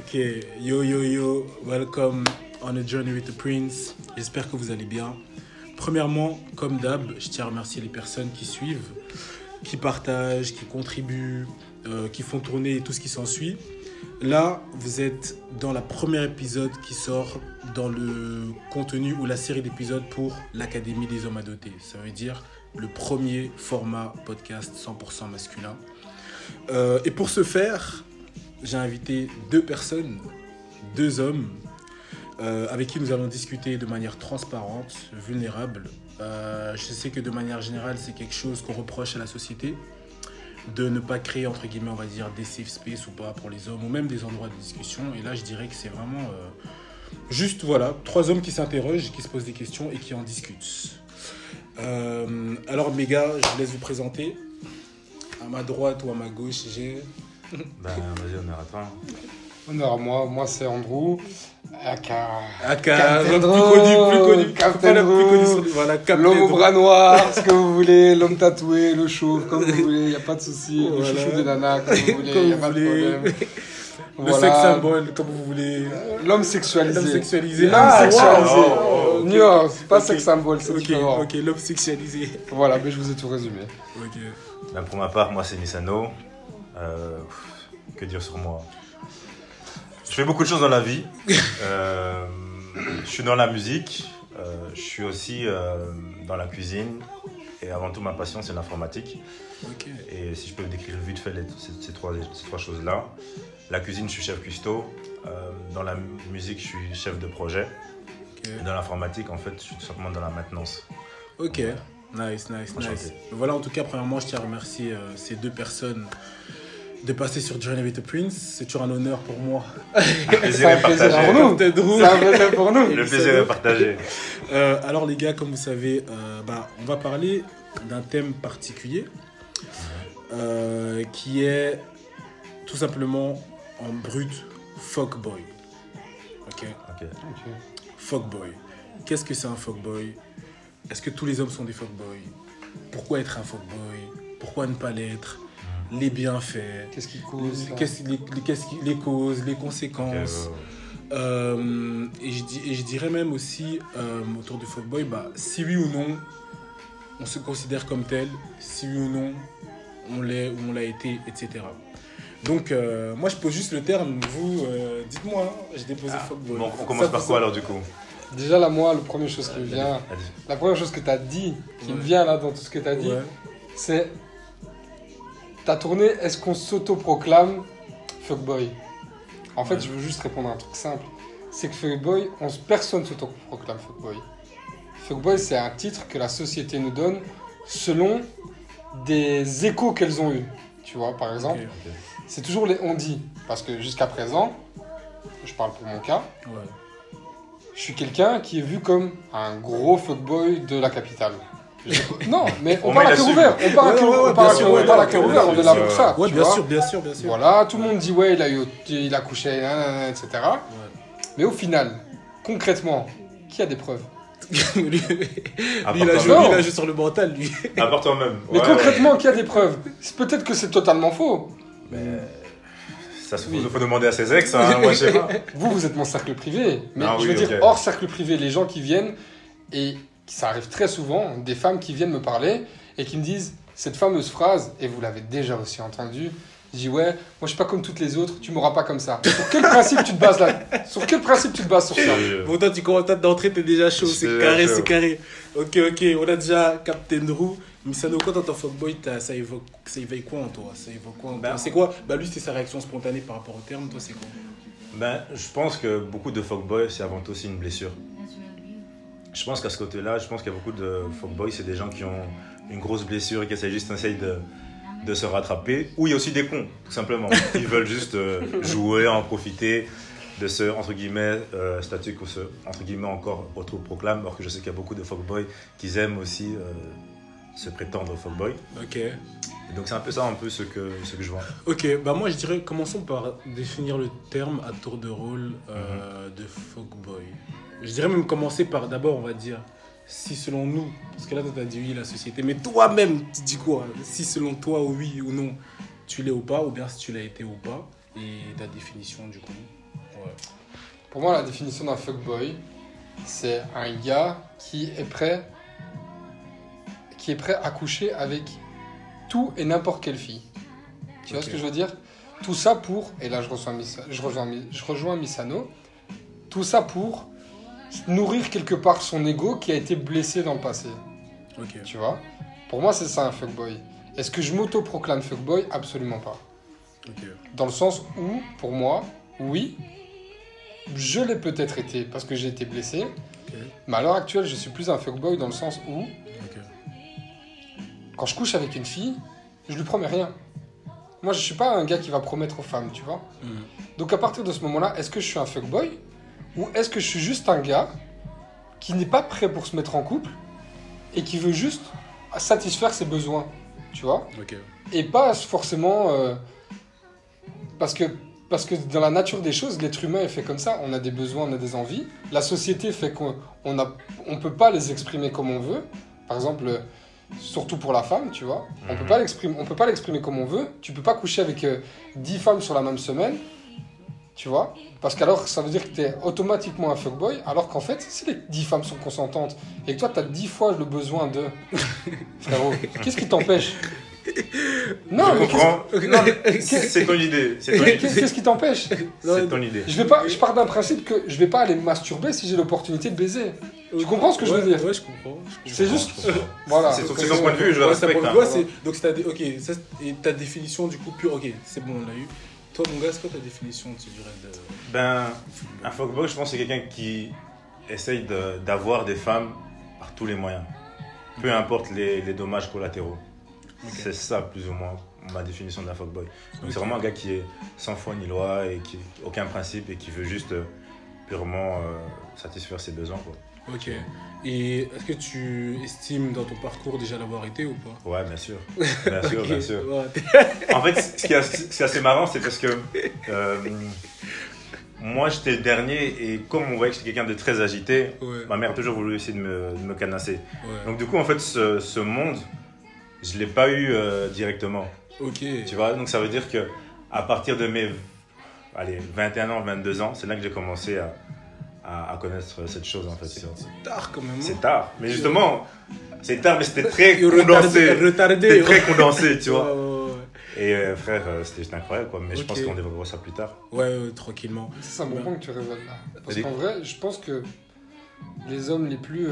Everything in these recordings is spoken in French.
Ok, yo, welcome on a journey with the Prince. J'espère que vous allez bien. Premièrement, comme d'hab, je tiens à remercier les personnes qui suivent, qui partagent, qui contribuent, qui font tourner tout ce qui s'ensuit. Là, vous êtes dans le premier épisode qui sort dans le contenu ou la série d'épisodes pour l'Académie des hommes à doter. Ça veut dire le premier format podcast 100% masculin. Et pour ce faire, j'ai invité deux personnes, deux hommes, avec qui nous allons discuter de manière transparente, vulnérable. Je sais que de manière générale, c'est quelque chose qu'on reproche à la société, de ne pas créer, entre guillemets, on va dire, des safe space ou pas pour les hommes, ou même des endroits de discussion. Et là, je dirais que c'est vraiment juste, voilà, trois hommes qui s'interrogent, qui se posent des questions et qui en discutent. Alors, mes gars, je vous laisse vous présenter. À ma droite ou à ma gauche, j'ai... Vas-y, honneur à toi. Honneur à moi c'est Andrew. Aka, plus connu. Captain Drew, voilà, l'homme au bras noir, ce que vous voulez, l'homme tatoué, le chauve, comme vous voulez, il n'y a pas de souci. Voilà. Le chouchou des nanas, comme vous voulez, il n'y a pas de problème. Le sex symbole, comme vous voulez. L'homme sexualisé. L'homme sexualisé. Wow. Nuance, pas okay. sex symbole, c'est différent. Ok, l'homme sexualisé. Voilà, mais je vous ai tout résumé. Ok. Ben, pour ma part, moi c'est Misano. Que dire sur moi? Je fais beaucoup de choses dans la vie. Je suis dans la musique. Je suis aussi dans la cuisine. Et avant tout, ma passion, c'est l'informatique. Okay. Et si je peux décrire vite fait ces trois choses-là. La cuisine, je suis chef cuistot. Dans la musique, je suis chef de projet. Okay. Et dans l'informatique, en fait, je suis tout simplement dans la maintenance. Ok, nice. Voilà, en tout cas, premièrement, je tiens à remercier ces deux personnes de passer sur Journey with the Prince. C'est toujours un honneur pour moi. Le plaisir est partagé. C'est un plaisir pour nous. Le plaisir est partagé. Alors les gars, comme vous savez, on va parler d'un thème particulier qui est tout simplement en brut fuckboy. Ok. Fuckboy. Qu'est-ce que c'est un fuckboy? Est-ce que tous les hommes sont des fuckboys? Pourquoi être un fuckboy? Pourquoi ne pas l'être? Les bienfaits, qu'est-ce qui cause les causes, les conséquences. Et je dirais même aussi autour du fuckboy, si oui ou non on se considère comme tel, si oui ou non on l'est ou on l'a été, etc. Donc moi je pose juste le terme, vous dites-moi, j'ai déposé fuckboy. Bon, on commence par quoi alors du coup? Déjà là, moi, la première chose qui me vient, la première chose que tu as dit, qui me vient là dans tout ce que tu as dit, c'est t'as tourné, est-ce qu'on s'autoproclame fuckboy? En fait, je veux juste répondre à un truc simple. C'est que fuckboy, personne s'autoproclame fuckboy. Fuckboy, c'est un titre que la société nous donne selon des échos qu'elles ont eus. Tu vois, par exemple, c'est toujours les on-dit. Parce que jusqu'à présent, je parle pour mon cas, je suis quelqu'un qui est vu comme un gros fuckboy de la capitale. Non, mais on parle à cœur ouvert. On parle à cœur ouvert, on est là pour ça. Ouais, bien sûr. Voilà, tout le monde dit ouais, il a couché, etc. Ouais. Mais au final, concrètement, qui a des preuves? lui, il a joué sur le mental, lui. À part toi-même. Mais concrètement, qui a des preuves? Peut-être que c'est totalement faux. Mais ça faut demander à ses ex, hein, moi je sais pas. Vous êtes mon cercle privé. Mais je veux dire, hors cercle privé, les gens qui viennent et... Ça arrive très souvent, des femmes qui viennent me parler et qui me disent cette fameuse phrase, et vous l'avez déjà aussi entendue, je dis ouais, moi je suis pas comme toutes les autres, tu m'auras pas comme ça. Sur quel principe tu te bases là? Sur quel principe tu te bases sur ça? Bon, toi tu commences d'entrée, t'es déjà chaud, c'est carré. Ok, on a déjà Captain Drew. Misano, quand t'entends fuckboy, ça évoque quoi en toi? C'est quoi? Lui, c'est sa réaction spontanée par rapport au terme, toi c'est quoi? Je pense que beaucoup de fuckboy, c'est avant tout aussi une blessure. Je pense qu'à ce côté-là, qu'il y a beaucoup de fuckboys, c'est des gens qui ont une grosse blessure et qui essaient juste de se rattraper. Ou il y a aussi des cons, tout simplement. Ils veulent juste jouer, en profiter de ce, entre guillemets, statut qu'on se, entre guillemets, encore autoproclame. Alors que je sais qu'il y a beaucoup de fuckboys qui aiment aussi se prétendre fuckboy. Ok. Et donc c'est un peu ça, ce que je vois. Ok, moi je dirais, commençons par définir le terme à tour de rôle de fuckboy. Je dirais même commencer par d'abord, on va dire, si selon nous, parce que là, tu as dit oui, la société, mais toi-même, tu dis quoi? Si selon toi, oui ou non, tu l'es ou pas, ou bien si tu l'as été ou pas, et ta définition du coup. Pour moi, la définition d'un fuckboy, c'est un gars qui est prêt à coucher avec tout et n'importe quelle fille. Tu vois ce que je veux dire? Tout ça pour, et là je rejoins Misano, tout ça pour nourrir quelque part son ego qui a été blessé dans le passé. Tu vois? Pour moi, c'est ça un fuckboy. Est-ce que je m'auto-proclame fuckboy? Absolument pas. Dans le sens où, pour moi, oui, je l'ai peut-être été parce que j'ai été blessé, mais à l'heure actuelle, je suis plus un fuckboy dans le sens où, quand je couche avec une fille, je lui promets rien. Moi, je suis pas un gars qui va promettre aux femmes, tu vois. Donc à partir de ce moment-là, est-ce que je suis un fuckboy ou est-ce que je suis juste un gars qui n'est pas prêt pour se mettre en couple et qui veut juste satisfaire ses besoins, tu vois. Et pas forcément... Parce que dans la nature des choses, l'être humain est fait comme ça. On a des besoins, on a des envies. La société fait qu'on peut pas les exprimer comme on veut. Par exemple, surtout pour la femme, tu vois. On peut pas l'exprimer comme on veut. Tu peux pas coucher avec 10 femmes sur la même semaine, tu vois. Parce qu'alors, ça veut dire que tu es automatiquement un fuckboy. Alors qu'en fait, si les 10 femmes sont consentantes et que toi, tu as 10 fois le besoin de... Frérot, qu'est-ce qui t'empêche? Non, je comprends. C'est ton idée. Qu'est-ce qui t'empêche? C'est ton idée. Je pars d'un principe que je vais pas aller me masturber si j'ai l'opportunité de baiser. Tu comprends ce que je veux dire? Ouais, je comprends. C'est juste... Voilà. C'est ton point de vue, je le respecte. Donc, ta définition, du coup, pure... Ok, c'est bon, on l'a eu. Toi, mon gars, c'est quoi ta définition, tu dirais de... Un fuckboy, je pense que c'est quelqu'un qui essaye d'avoir des femmes par tous les moyens. Peu importe les dommages collatéraux. C'est ça, plus ou moins, ma définition d'un fuckboy. Donc, c'est vraiment un gars qui est sans foi ni loi et qui n'a aucun principe et qui veut juste purement satisfaire ses besoins, quoi. Ok. Et est-ce que tu estimes dans ton parcours déjà l'avoir été ou pas? Ouais, bien sûr. Bien sûr. En fait, ce qui est assez marrant, c'est parce que moi, j'étais le dernier et comme on voyait que j'étais quelqu'un de très agité, ma mère a toujours voulu essayer de me canasser. Donc, du coup, en fait, ce monde... Je ne l'ai pas eu directement. Tu vois, donc ça veut dire qu'à partir de mes 21 ans, 22 ans, c'est là que j'ai commencé à connaître cette chose en fait. C'est tard quand même. C'est tard. Mais justement, c'est tard, mais c'était très condensé. C'était très condensé, tu vois. Et frère, c'était incroyable quoi. Mais je pense qu'on développera ça plus tard. Ouais, tranquillement. C'est un bon point que tu révèles là. Parce qu'en vrai, je pense que les hommes les plus...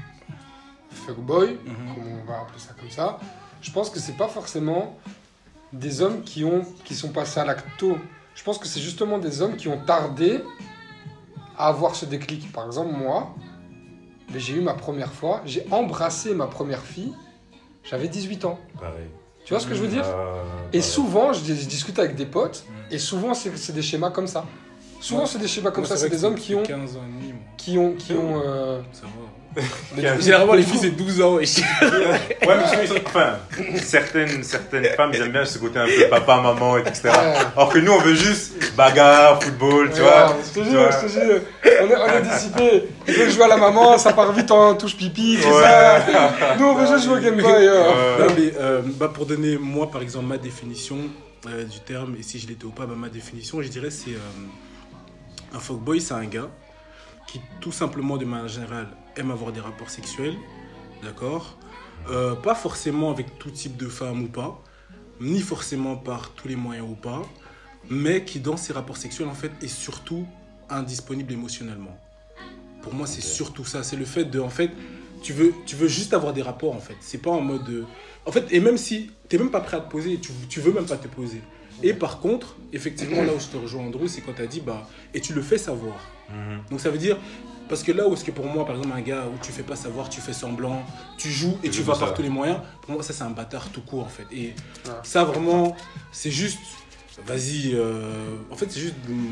fuckboy, comme on va appeler ça comme ça, je pense que c'est pas forcément des hommes qui sont passés à l'acte tôt. Je pense que c'est justement des hommes qui ont tardé à avoir ce déclic. Par exemple, moi, j'ai eu ma première fois, j'ai embrassé ma première fille, j'avais 18 ans. Pareil. Tu vois ce que je veux dire? Et souvent, je discute avec des potes, et souvent, c'est des schémas comme ça. Souvent, c'est des schémas comme ça, c'est des hommes qui ont... 15 ans et demi, moi. Qui ont ça va. Généralement, les filles, c'est 12 ans. Ouais, mais enfin, certaines femmes, ils aiment bien ce côté un peu papa, maman, etc. Alors que nous, on veut juste bagarre, football, tu vois. Je te jure. On est dissipés. Ils veulent jouer à la maman, ça part vite en touche pipi, tout ça. Nous, on veut juste jouer au Game Boy. Non, mais pour donner, moi, par exemple, ma définition du terme, et si je l'étais ou pas, ma définition, je dirais, c'est un fuckboy, c'est un gars qui, tout simplement, de manière générale, aime avoir des rapports sexuels, d'accord, pas forcément avec tout type de femme ou pas, ni forcément par tous les moyens ou pas, mais qui dans ses rapports sexuels en fait est surtout indisponible émotionnellement. Pour moi, c'est surtout ça, c'est le fait de en fait tu veux juste avoir des rapports en fait, c'est pas en mode en fait, et même si t'es même pas prêt à te poser, tu veux même pas te poser. Et par contre, effectivement, là où je te rejoins, Andrew, c'est quand tu as dit, et tu le fais savoir. Donc ça veut dire, parce que là où est-ce que pour moi, par exemple, un gars où tu fais pas savoir, tu fais semblant, tu joues et tu vas par tous les moyens, pour moi, ça c'est un bâtard tout court en fait. Et ça vraiment, c'est juste, vas-y, en fait, c'est juste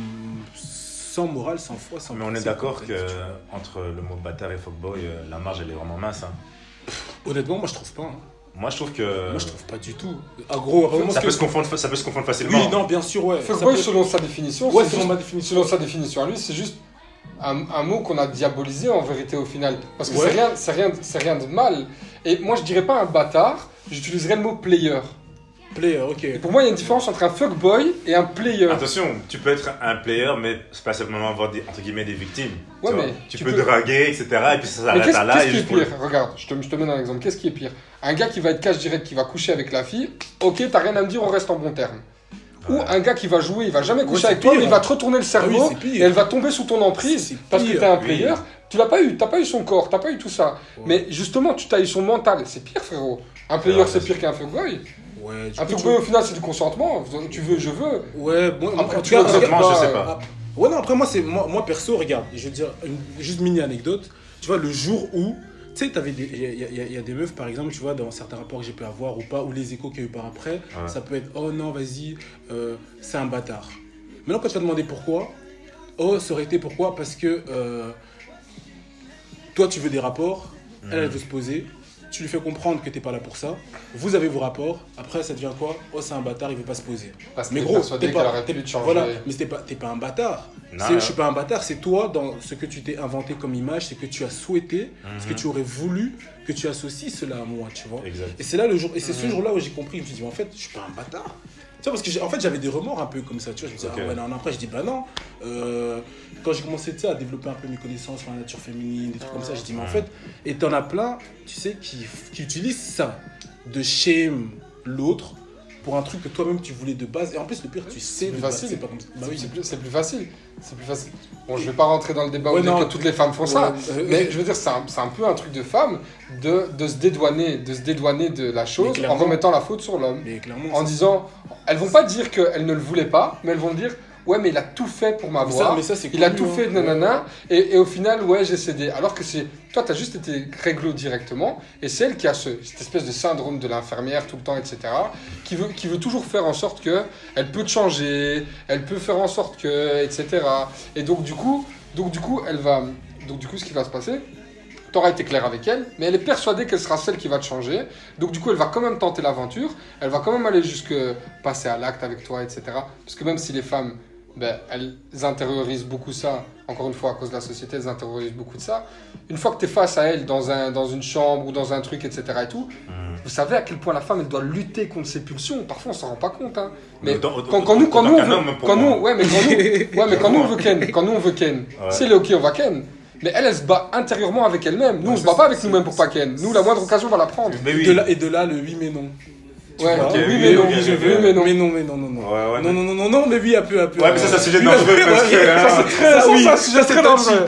sans morale, sans foi, sans... Mais on est d'accord qu'entre le mot bâtard et fuckboy, la marge elle est vraiment mince. Hein. Honnêtement, moi je trouve pas. Hein. Moi je trouve que... Moi je trouve pas du tout. Ah, gros, ça peut se confondre facilement. Oui, non, bien sûr, ouais. Fuckboy, selon sa définition, ouais, selon sa définition à lui, c'est juste un mot qu'on a diabolisé en vérité au final. Parce que c'est rien de mal. Et moi je dirais pas un bâtard, j'utiliserais le mot player. Player, ok. Et pour moi, il y a une différence entre un fuckboy et un player. Attention, tu peux être un player, mais c'est pas simplement avoir entre guillemets des victimes. Ouais, mais tu peux draguer, etc. Et puis ça s'arrête à là. Qu'est-ce qui est pire? Regarde, je te mets un exemple. Qu'est-ce qui est pire? Un gars qui va être cash direct, qui va coucher avec la fille, ok, t'as rien à me dire, on reste en bon terme. Ou un gars qui va jouer, il va jamais coucher avec toi, mais il va te retourner le cerveau et elle va tomber sous ton emprise parce que t'es un player. Tu l'as pas eu, t'as pas eu son corps, t'as pas eu tout ça. Mais justement, tu t'as eu son mental. C'est pire, frérot. Un player, c'est pire qu'un fuckboy. Ouais, un fuckboy, au final, c'est du consentement. Tu veux, je veux. Ouais, moi, après, tu vois, je sais pas. Ouais, non, après, moi perso, regarde, je veux dire, juste mini anecdote. Tu vois, le jour où. Tu sais, il y a des meufs, par exemple, tu vois, dans certains rapports que j'ai pu avoir ou pas, ou les échos qu'il y a eu par après, ça peut être « Oh non, vas-y, c'est un bâtard ». Maintenant, quand tu vas demander pourquoi, « Oh, ça aurait été pourquoi ?» Parce que toi, tu veux des rapports, elle veut se poser, tu lui fais comprendre que t'es pas là pour ça, vous avez vos rapports, après, ça devient quoi ? « Oh, c'est un bâtard, il veut pas se poser ». Mais gros, t'es pas un bâtard. Je suis pas un bâtard, c'est toi, dans ce que tu t'es inventé comme image, c'est que tu as souhaité, ce que tu aurais voulu que tu associes cela à moi, tu vois. Exact. Et c'est là le jour, et c'est ce jour-là où j'ai compris, je me suis dit, en fait, je suis pas un bâtard. Tu vois, parce que en fait, j'avais des remords un peu comme ça, tu vois. Je me disais, non, après, je dis, bah non. Quand j'ai commencé à développer un peu mes connaissances sur la nature féminine, des trucs comme ça, j'ai dit, mais en fait, et t'en as plein, tu sais, qui utilisent ça, de shame l'autre, pour un truc que toi-même tu voulais de base. Et en plus, le pire, tu sais de base, c'est pas comme ça. Bah oui. C'est plus facile. C'est plus facile. Bon, je vais pas rentrer dans le débat où dire que toutes les femmes font ça. Mais je veux dire, c'est un peu un truc de femme de se dédouaner de la chose en remettant la faute sur l'homme. En disant, elles vont pas dire qu'elles ne le voulaient pas, mais elles vont dire, ouais, mais il a tout fait pour m'avoir. Il a tout fait, nanana. Et au final, ouais, j'ai cédé. Alors que toi, t'as juste été réglo directement. Et c'est elle qui a cette espèce de syndrome de l'infirmière tout le temps, etc. Qui veut toujours faire en sorte qu'elle peut te changer, elle peut faire en sorte que, etc. Et donc, du coup, elle va. Donc, du coup, ce qui va se passer, t'auras été clair avec elle, mais elle est persuadée qu'elle sera celle qui va te changer. Donc, du coup, elle va quand même tenter l'aventure. Elle va quand même aller jusque passer à l'acte avec toi, etc. Parce que même si les femmes. Elles intériorisent beaucoup ça, encore une fois, à cause de la société, elles intériorisent beaucoup de ça. Une fois que tu es face à elle dans une chambre ou dans un truc, etc. et tout, vous savez à quel point la femme, elle doit lutter contre ses pulsions. Parfois, on s'en rend pas compte. Hein. Mais quand nous on veut ken, c'est le ok, on va ken. Mais elle se bat intérieurement avec elle-même. Nous, on se bat pas avec nous-mêmes pour pas ken. Nous, la moindre occasion, on va la prendre. Et de là, le oui mais non. Ouais, oui, mais non, je veux, mais non. Mais non. Non, mais oui, un peu. Ouais, mais ça, c'est un sujet dangereux parce que. Ça, c'est un sujet très dangereux.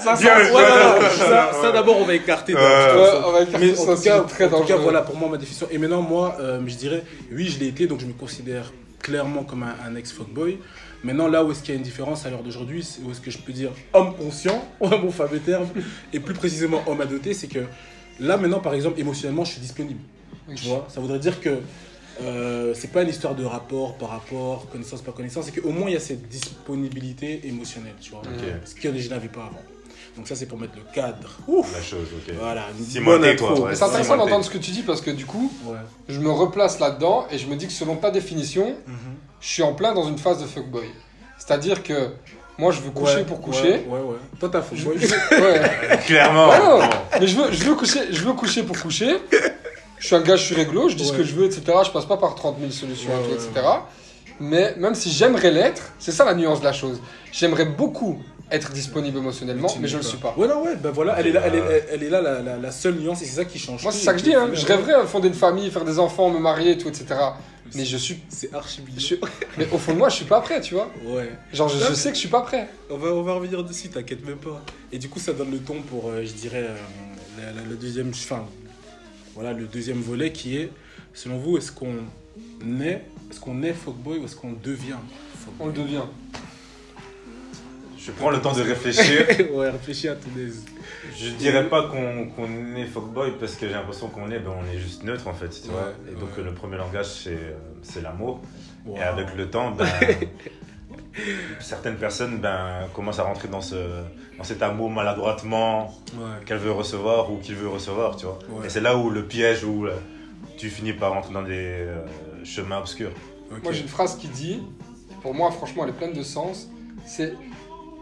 Ça, d'abord, on va écarter. Mais en tout cas, voilà, pour moi, ma définition. Et maintenant, moi, je dirais, oui, je l'ai été, donc je me considère clairement comme un ex-fuckboy. Maintenant, là où est-ce qu'il y a une différence à l'heure d'aujourd'hui, où est-ce que je peux dire homme conscient, mon fameux terme, et plus précisément homme adopté, c'est que là, maintenant, par exemple, émotionnellement, je suis disponible. Tu vois, ça voudrait dire que c'est pas une histoire de rapport par rapport, connaissance par connaissance, c'est qu'au moins il y a cette disponibilité émotionnelle, tu vois, ce que je n'avais pas avant. Donc ça c'est pour mettre le cadre. La chose, ok. Voilà, une bonne intro. C'est intéressant d'entendre ce que tu dis parce que du coup, je me replace là-dedans et je me dis que selon ta définition, je suis en plein dans une phase de fuckboy. C'est-à-dire que moi je veux coucher pour coucher. Ouais. Toi t'as fuckboy. Clairement. Ouais, mais je veux coucher pour coucher. Je suis un gars, je suis réglo, je dis ce que je veux, etc. Je passe pas par 30 000 solutions, etc. Mais même si j'aimerais l'être, c'est ça la nuance de la chose. J'aimerais beaucoup être disponible émotionnellement, mais je le suis pas. Voilà, elle est là la seule nuance et c'est ça qui change. Moi, c'est ça que je dis, hein. Je rêverais fonder une famille, faire des enfants, me marier, tout, etc. Mais je suis. C'est archi Mais au fond de moi, je suis pas prêt, tu vois. Ouais. Genre, je sais que je suis pas prêt. On va revenir dessus, t'inquiète même pas. Et du coup, ça donne le ton pour, je dirais, le deuxième. Voilà le deuxième volet qui est, selon vous, est-ce qu'on est fuckboy ou est-ce qu'on devient fuckboy ? On le devient. Je prends le temps de réfléchir. Ouais, réfléchis à ton aise. Je dirais pas qu'on est fuckboy parce que j'ai l'impression qu'on est juste neutre en fait, tu vois. Et donc le premier langage c'est l'amour. Wow. Et avec le temps, certaines personnes commencent à rentrer dans cet amour maladroitement qu'elle veut recevoir ou qu'il veut recevoir, tu vois. Ouais. Et c'est là où le piège, où tu finis par rentrer dans des chemins obscurs. Okay. Moi j'ai une phrase qui dit, pour moi franchement elle est pleine de sens, c'est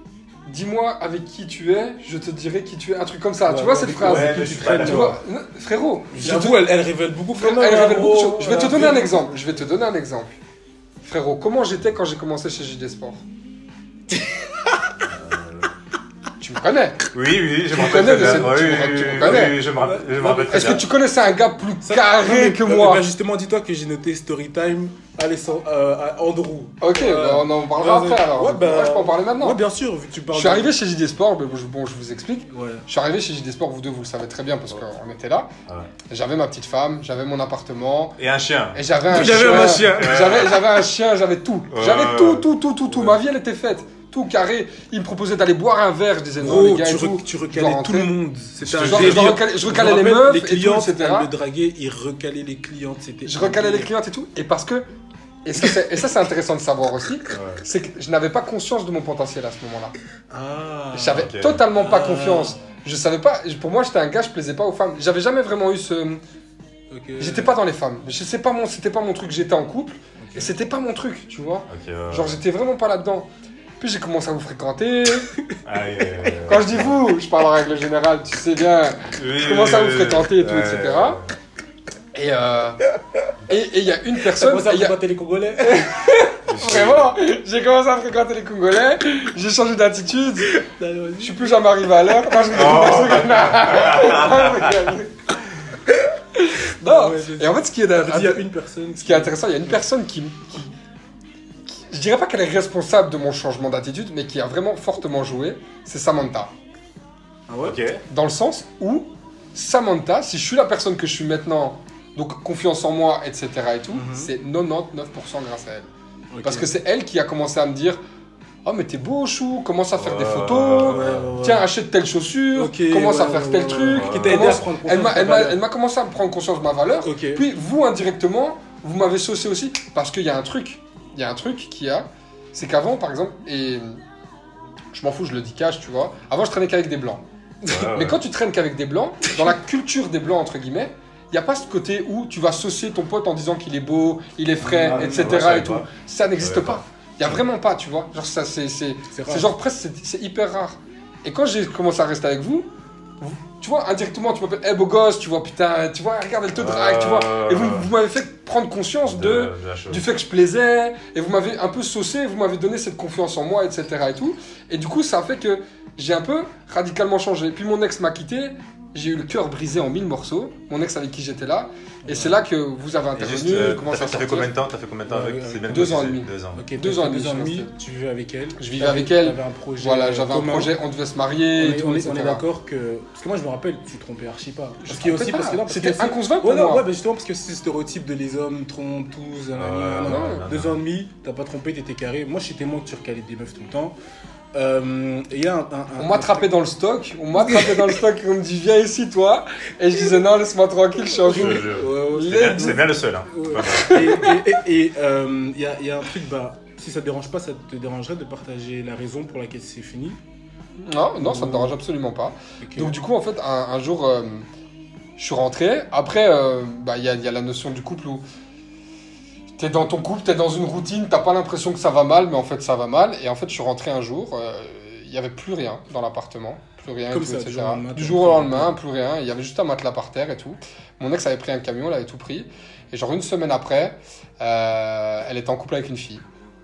dis-moi avec qui tu es, je te dirai qui tu es. Un truc comme ça. Ouais, tu vois ouais, cette avec- phrase ouais, mais je suis pas Tu d'accord. vois, frérot, J'avoue, elle révèle beaucoup. elle révèle beaucoup de choses. Je vais te donner un exemple. Frérot, comment j'étais quand j'ai commencé chez JD Sport? Tu me connais. Oui, je me Tu connais rappelle très de bien. cette- tu me connais. Oui, je me rappelle très Est-ce bien. que tu connaissais un gars plus Ça- carré non, mais- que bah, moi? justement, dis-toi que j'ai noté Storytime à Andrew. Ok, bah, on en parlera après alors. Ouais, bah, Moi, je peux en parler maintenant. Ouais, bien sûr, vu que tu parles. Je suis arrivé chez JD Sport, mais bon, je vous explique. Ouais. Je suis arrivé chez JD Sport, vous deux, vous le savez très bien parce qu'on était là. Ouais. J'avais ma petite femme, j'avais mon appartement, Et un chien. et j'avais un J'avais un chien. J'avais un chien, j'avais tout. J'avais Ouais. tout. Ma vie, elle était faite. Tout carré. Il me proposait d'aller boire un verre. Je disais non, Gros, les gars, tu, et tout. tu Je dois recalais tout le rentrer. monde. C'était un Je délire. recalais Je me les rappelle, meufs les et tout, clientes, etc. elle le draguait, il recalait les clientes. C'était Je recalais les clientes et tout. Et parce que. Et ça, c'est intéressant de savoir aussi. Ouais. C'est que je n'avais pas conscience de mon potentiel à ce moment-là. Ah. J'avais ok. totalement pas Ah. confiance. Je savais pas. Pour moi, j'étais un gars, je plaisais pas aux femmes. J'avais jamais vraiment eu ce. Ok. J'étais pas dans les femmes. C'était pas mon truc. J'étais en couple Ok. et c'était pas mon truc, tu vois. Ok, Genre, j'étais vraiment pas là-dedans. Puis j'ai commencé à vous fréquenter. Aïe, Quand je dis vous, je parle en règle générale, tu sais bien. Je commence à vous fréquenter et tout, etc. Et il y a une Ça personne. commence à et il y a- fréquenter les Congolais. Vraiment, j'ai commencé à fréquenter les Congolais. J'ai changé d'attitude. Je suis plus jamais arrivé à l'heure. Non, je rigole. Non. Et en fait, ce qui est Il y a une personne. Ce qui est intéressant, il y a une personne qui- je dirais pas qu'elle est responsable de mon changement d'attitude, mais qui a vraiment fortement joué, c'est Samantha. Ah ouais. Ok. Dans le sens où Samantha, si je suis la personne que je suis maintenant, donc confiance en moi, etc. et tout, c'est 99% grâce à elle. Ok. Parce que c'est elle qui a commencé à me dire oh mais t'es beau chou, commence à faire des Ouais, photos, ouais. tiens achète telle chaussure, Ok, commence à ouais, faire ouais, tel ouais, truc. ouais. Qui t'a aidé à commence- prendre confiance Elle en m'a- ta elle m'a- valeur. elle m'a commencé à me prendre conscience de ma valeur. Ok. Puis vous indirectement, vous m'avez saucé aussi parce qu'il y a un truc. Il y a un truc c'est qu'avant par exemple, et je m'en fous, je le dis cash, tu vois. Avant je traînais qu'avec des blancs. Mais quand tu traînes qu'avec des blancs, dans la culture des blancs entre guillemets, il n'y a pas ce côté où tu vas saucer ton pote en disant qu'il est beau, il est frais, Ah, etc. ouais, je savais et tout. pas. Ça n'existe savais pas. Il n'y a vraiment pas, tu vois. Genre ça c'est rare. genre presque c'est hyper rare. Et quand j'ai commencé à rester avec vous, tu vois, indirectement, tu m'appelles, hey, beau gosse, tu vois, putain, tu vois, regarde, elle te drague, tu vois. Et vous m'avez fait prendre conscience de la chose. du fait que je plaisais, et vous m'avez un peu saucé, vous m'avez donné cette confiance en moi, etc. et tout. Et du coup, ça a fait que j'ai un peu radicalement changé. Puis mon ex m'a quitté, j'ai eu le cœur brisé en 1000 morceaux, mon ex avec qui j'étais là, et c'est là que vous avez Et intervenu, juste, commencé à ça fait sortir. combien de temps avec Ouais, c'est bien 2 ans et précisé, demi. 2 ans. Ok, 2 ans et demi, 2 ans et demi, je restais. tu vivais avec elle. Je vivais avec elle. T'avais un projet. Voilà, j'avais un commun. projet, on devait se marier, et tout, On etc. est d'accord que. Parce que moi, je me rappelle, tu trompais archi pas. Parce qu'il y a aussi. trompais Parce que pas. non, parce C'était qu'il y a aussi- inconcevable pour Ouais, non, moi. ouais, bah justement, parce que c'est ce stéréotype de les hommes trompent tous. non, non, 2 ans et demi, t'as pas trompé, t'étais carré. Moi, je suis témoin que tu recalais des meufs tout le temps. Et il y a On m'a attrapé dans le stock, on me dit viens ici toi, et je disais non laisse-moi tranquille, je suis en Je jour. te jure. Ouais, C'est bien le seul. Hein. Et il y a un truc, bah, si ça te dérange pas, ça te dérangerait de partager la raison pour laquelle c'est fini. Non, ça me dérange absolument pas. Ok. Donc du coup en fait un jour je suis rentré, après il y a la notion du couple où t'es dans ton couple, t'es dans une routine, t'as pas l'impression que ça va mal, mais en fait ça va mal, et en fait je suis rentré un jour, il y avait plus rien dans l'appartement, plus rien, Comme et tout, ça, etc. du jour au lendemain, Du jour au lendemain, plus rien, il y avait juste un matelas par terre et tout. Mon ex avait pris un camion, elle avait tout pris, et genre une semaine après, elle était en couple avec une fille.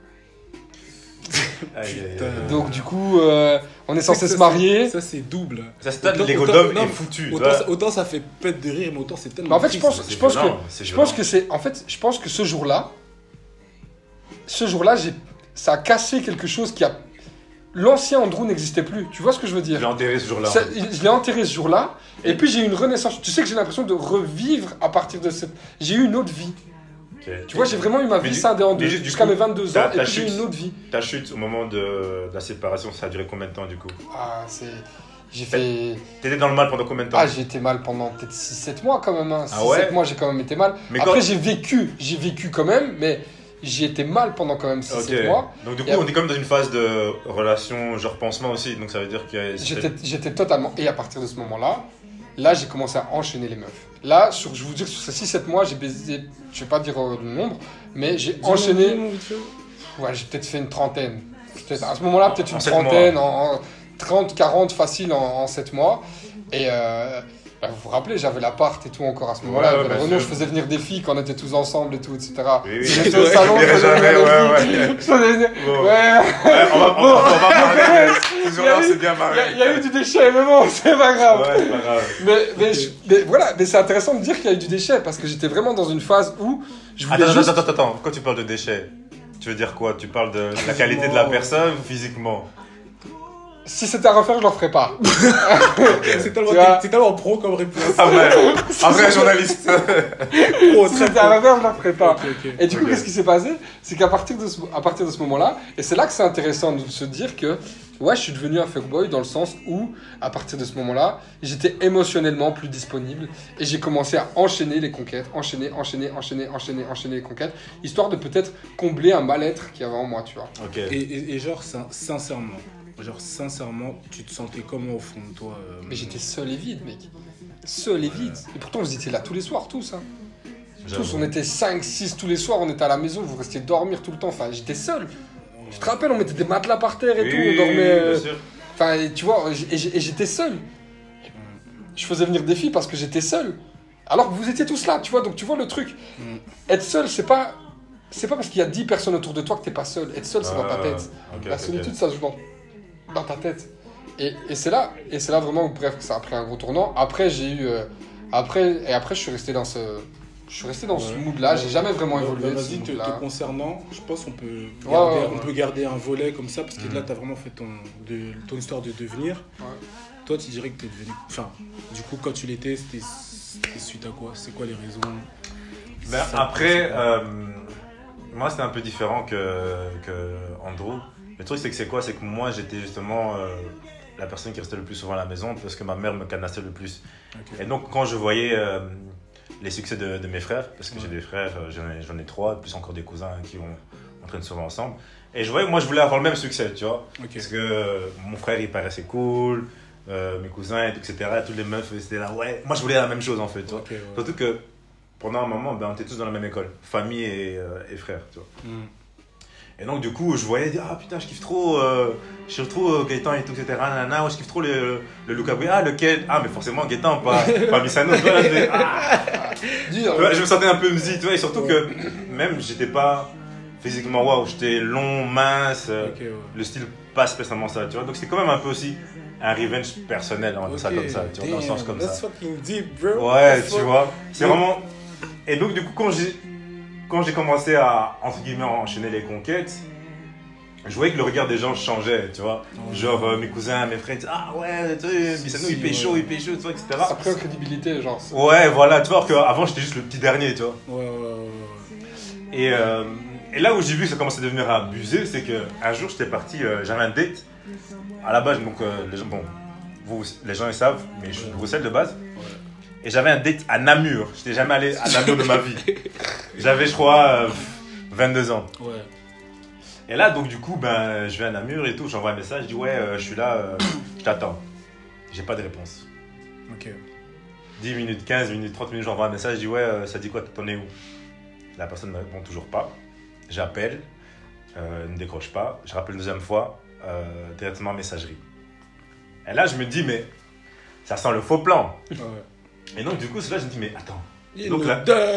Putain. Donc du coup, on est censé Ça, se marier. Ça, c'est double. Ça, c'est Autant- l'ego autant- d'homme non, est foutu. Autant ça fait pète de rire, mais autant c'est tellement. Mais en fait, je triste. pense que je pense que ce jour-là, ça a cassé quelque chose qui a. L'ancien Andrew n'existait plus. Tu vois ce que je veux Je dire? l'ai enterré ce jour-là. Je l'ai enterré ce jour-là, et puis j'ai eu une renaissance. Tu sais que j'ai l'impression de revivre à partir de cette. J'ai eu une autre vie. Ok. Tu vois, j'ai vraiment eu ma Mais vie du- scindée en deux mais juste du jusqu'à coup, mes 22 ans, ta et puis j'ai eu chute. une autre vie. Ta chute au moment de la séparation, ça a duré combien de temps du coup? Ah, c'est. J'ai fait. T'étais dans le mal pendant combien de temps? Ah, j'ai été mal pendant peut-être 6-7 mois quand même. Hein. 6-7 Ah ouais mois, j'ai quand même été mal. Mais Après, quand- j'ai vécu quand même, mais j'ai été mal pendant quand même 6-7 Ok. mois. Donc du coup, Et on est comme dans une phase de relation genre pansement aussi, donc ça veut dire que J'étais totalement. Et à partir de ce moment-là, là, j'ai commencé à enchaîner les meufs. Là, je vous dire, sur ces 6-7 mois, j'ai baisé, je vais pas dire le nombre, mais j'ai enchaîné. Ouais, j'ai peut-être fait une trentaine. C'était à ce moment-là peut-être une trentaine, en 30, 40 facile en 7 mois. Et vous vous rappelez, j'avais l'appart et tout encore à ce moment-là. Renault, je faisais venir des filles quand on était tous ensemble et tout, etc. Oui, J'étais au salon, je faisais venir des filles. On va parler, mais ce jour-là, c'est bien marré. Il y a eu du déchet, mais bon, c'est pas grave. Ouais, c'est pas grave. Mais voilà, mais c'est intéressant de dire qu'il y a eu du déchet parce que j'étais vraiment dans une phase où je voulais juste... Attends, quand tu parles de déchets, tu veux dire quoi? Tu parles de la qualité de la personne ou physiquement? Si c'était à refaire, je l'en ferais pas. C'est tellement pro comme réponse. Ah ouais, un vrai journaliste. Si c'était à refaire, je l'en ferais pas. Okay. Et du coup, qu'est-ce qui s'est passé? C'est qu'à partir de ce moment-là, et c'est là que c'est intéressant de se dire que ouais, je suis devenu un fuckboy dans le sens où, à partir de ce moment-là, j'étais émotionnellement plus disponible et j'ai commencé à enchaîner les conquêtes, enchaîner les conquêtes, histoire de peut-être combler un mal-être qu'il y avait en moi, tu vois. Okay. Et genre, sincèrement, tu te sentais comment au fond de toi Mais j'étais seul et vide, mec. Seul et vide. Et pourtant, vous étiez là tous les soirs, tous. Hein. Tous, on était 5, 6 tous les soirs, on était à la maison, vous restiez dormir tout le temps. Enfin, j'étais seul. Tu te rappelles, on mettait des matelas par terre et tout, on dormait. Bien sûr. Enfin, tu vois, et j'étais seul. Je faisais venir des filles parce que j'étais seul. Alors que vous étiez tous là, tu vois, donc tu vois le truc. Être seul, c'est pas parce qu'il y a 10 personnes autour de toi que t'es pas seul. Être seul, c'est dans ta tête. La solitude, ça se joue dans ta tête. Et c'est là vraiment où, bref, que ça a pris un gros tournant. Après, j'ai eu. Après, je suis resté dans ce. Je suis resté dans ce mood-là, j'ai jamais vraiment évolué. Vas-y, te concernant, je pense qu'on peut garder un volet comme ça, parce que là, tu as vraiment fait ton histoire de devenir. Ouais. Toi, tu dirais que tu es devenu. Enfin, du coup, quand tu l'étais, c'était suite à quoi? C'est quoi les raisons? Après, moi, c'était un peu différent que Andrew. Le truc, c'est que moi, j'étais justement la personne qui restait le plus souvent à la maison, parce que ma mère me canassait le plus. Okay. Et donc, quand je voyais. Les succès de mes frères, parce que j'ai des frères, j'en ai 3, plus encore des cousins qui entraînent souvent ensemble. Et je voyais, moi je voulais avoir le même succès, tu vois. Okay. Parce que mon frère il paraissait cool, mes cousins, etc. Toutes les meufs étaient là, ouais. Moi je voulais la même chose en fait, tu vois. Okay, ouais. Surtout que pendant un moment, on était tous dans la même école, famille et frères, tu vois. Et donc du coup, je voyais, ah putain, je kiffe trop Gaëtan et tout, etc. Nanana, je kiffe trop le Luca Boué. Ah, lequel? Ah, mais forcément Gaëtan, pas Bissano. Tu vois, je me sentais un peu mzi, tu vois, et surtout que même j'étais pas physiquement waouh, j'étais long, mince, le style pas spécialement ça, tu vois. Donc c'était quand même un peu aussi un revenge personnel, on va dire ça comme ça, tu vois, dans le sens comme ça. That's fucking deep, bro. Ouais, tu vois, c'est vraiment. Et donc du coup, quand j'ai commencé à, entre guillemets, enchaîner les conquêtes, je voyais que le regard des gens changeait, tu vois. Genre, mes cousins, mes frères, ah ouais, tu sais, Bissano, il pécho, tu vois, etc. Ça prend en crédibilité, genre. Ouais, voilà, tu vois, qu'avant, j'étais juste le petit dernier, tu vois. Ouais. Et là où j'ai vu que ça commençait à devenir abusé, c'est qu'un jour, j'étais parti, j'avais un date. À la base, donc, les gens ils savent, mais je suis de Bruxelles de base. Et j'avais un date à Namur. Je n'étais jamais allé à Namur de ma vie. J'avais, je crois, 22 ans. Ouais. Et là, donc, du coup, je vais à Namur et tout. J'envoie un message. Je dis, ouais, je suis là, je t'attends. J'ai pas de réponse. Ok. 10 minutes, 15 minutes, 30 minutes, j'envoie un message. Je dis, ouais, ça dit quoi? T'en es où? La personne ne me répond toujours pas. J'appelle. Ne décroche pas. Je rappelle une deuxième fois. Directement messagerie. Et là, je me dis, mais ça sent le faux plan. Ouais. Et donc, du coup, c'est là, je me dis, mais attends. Il y a donc,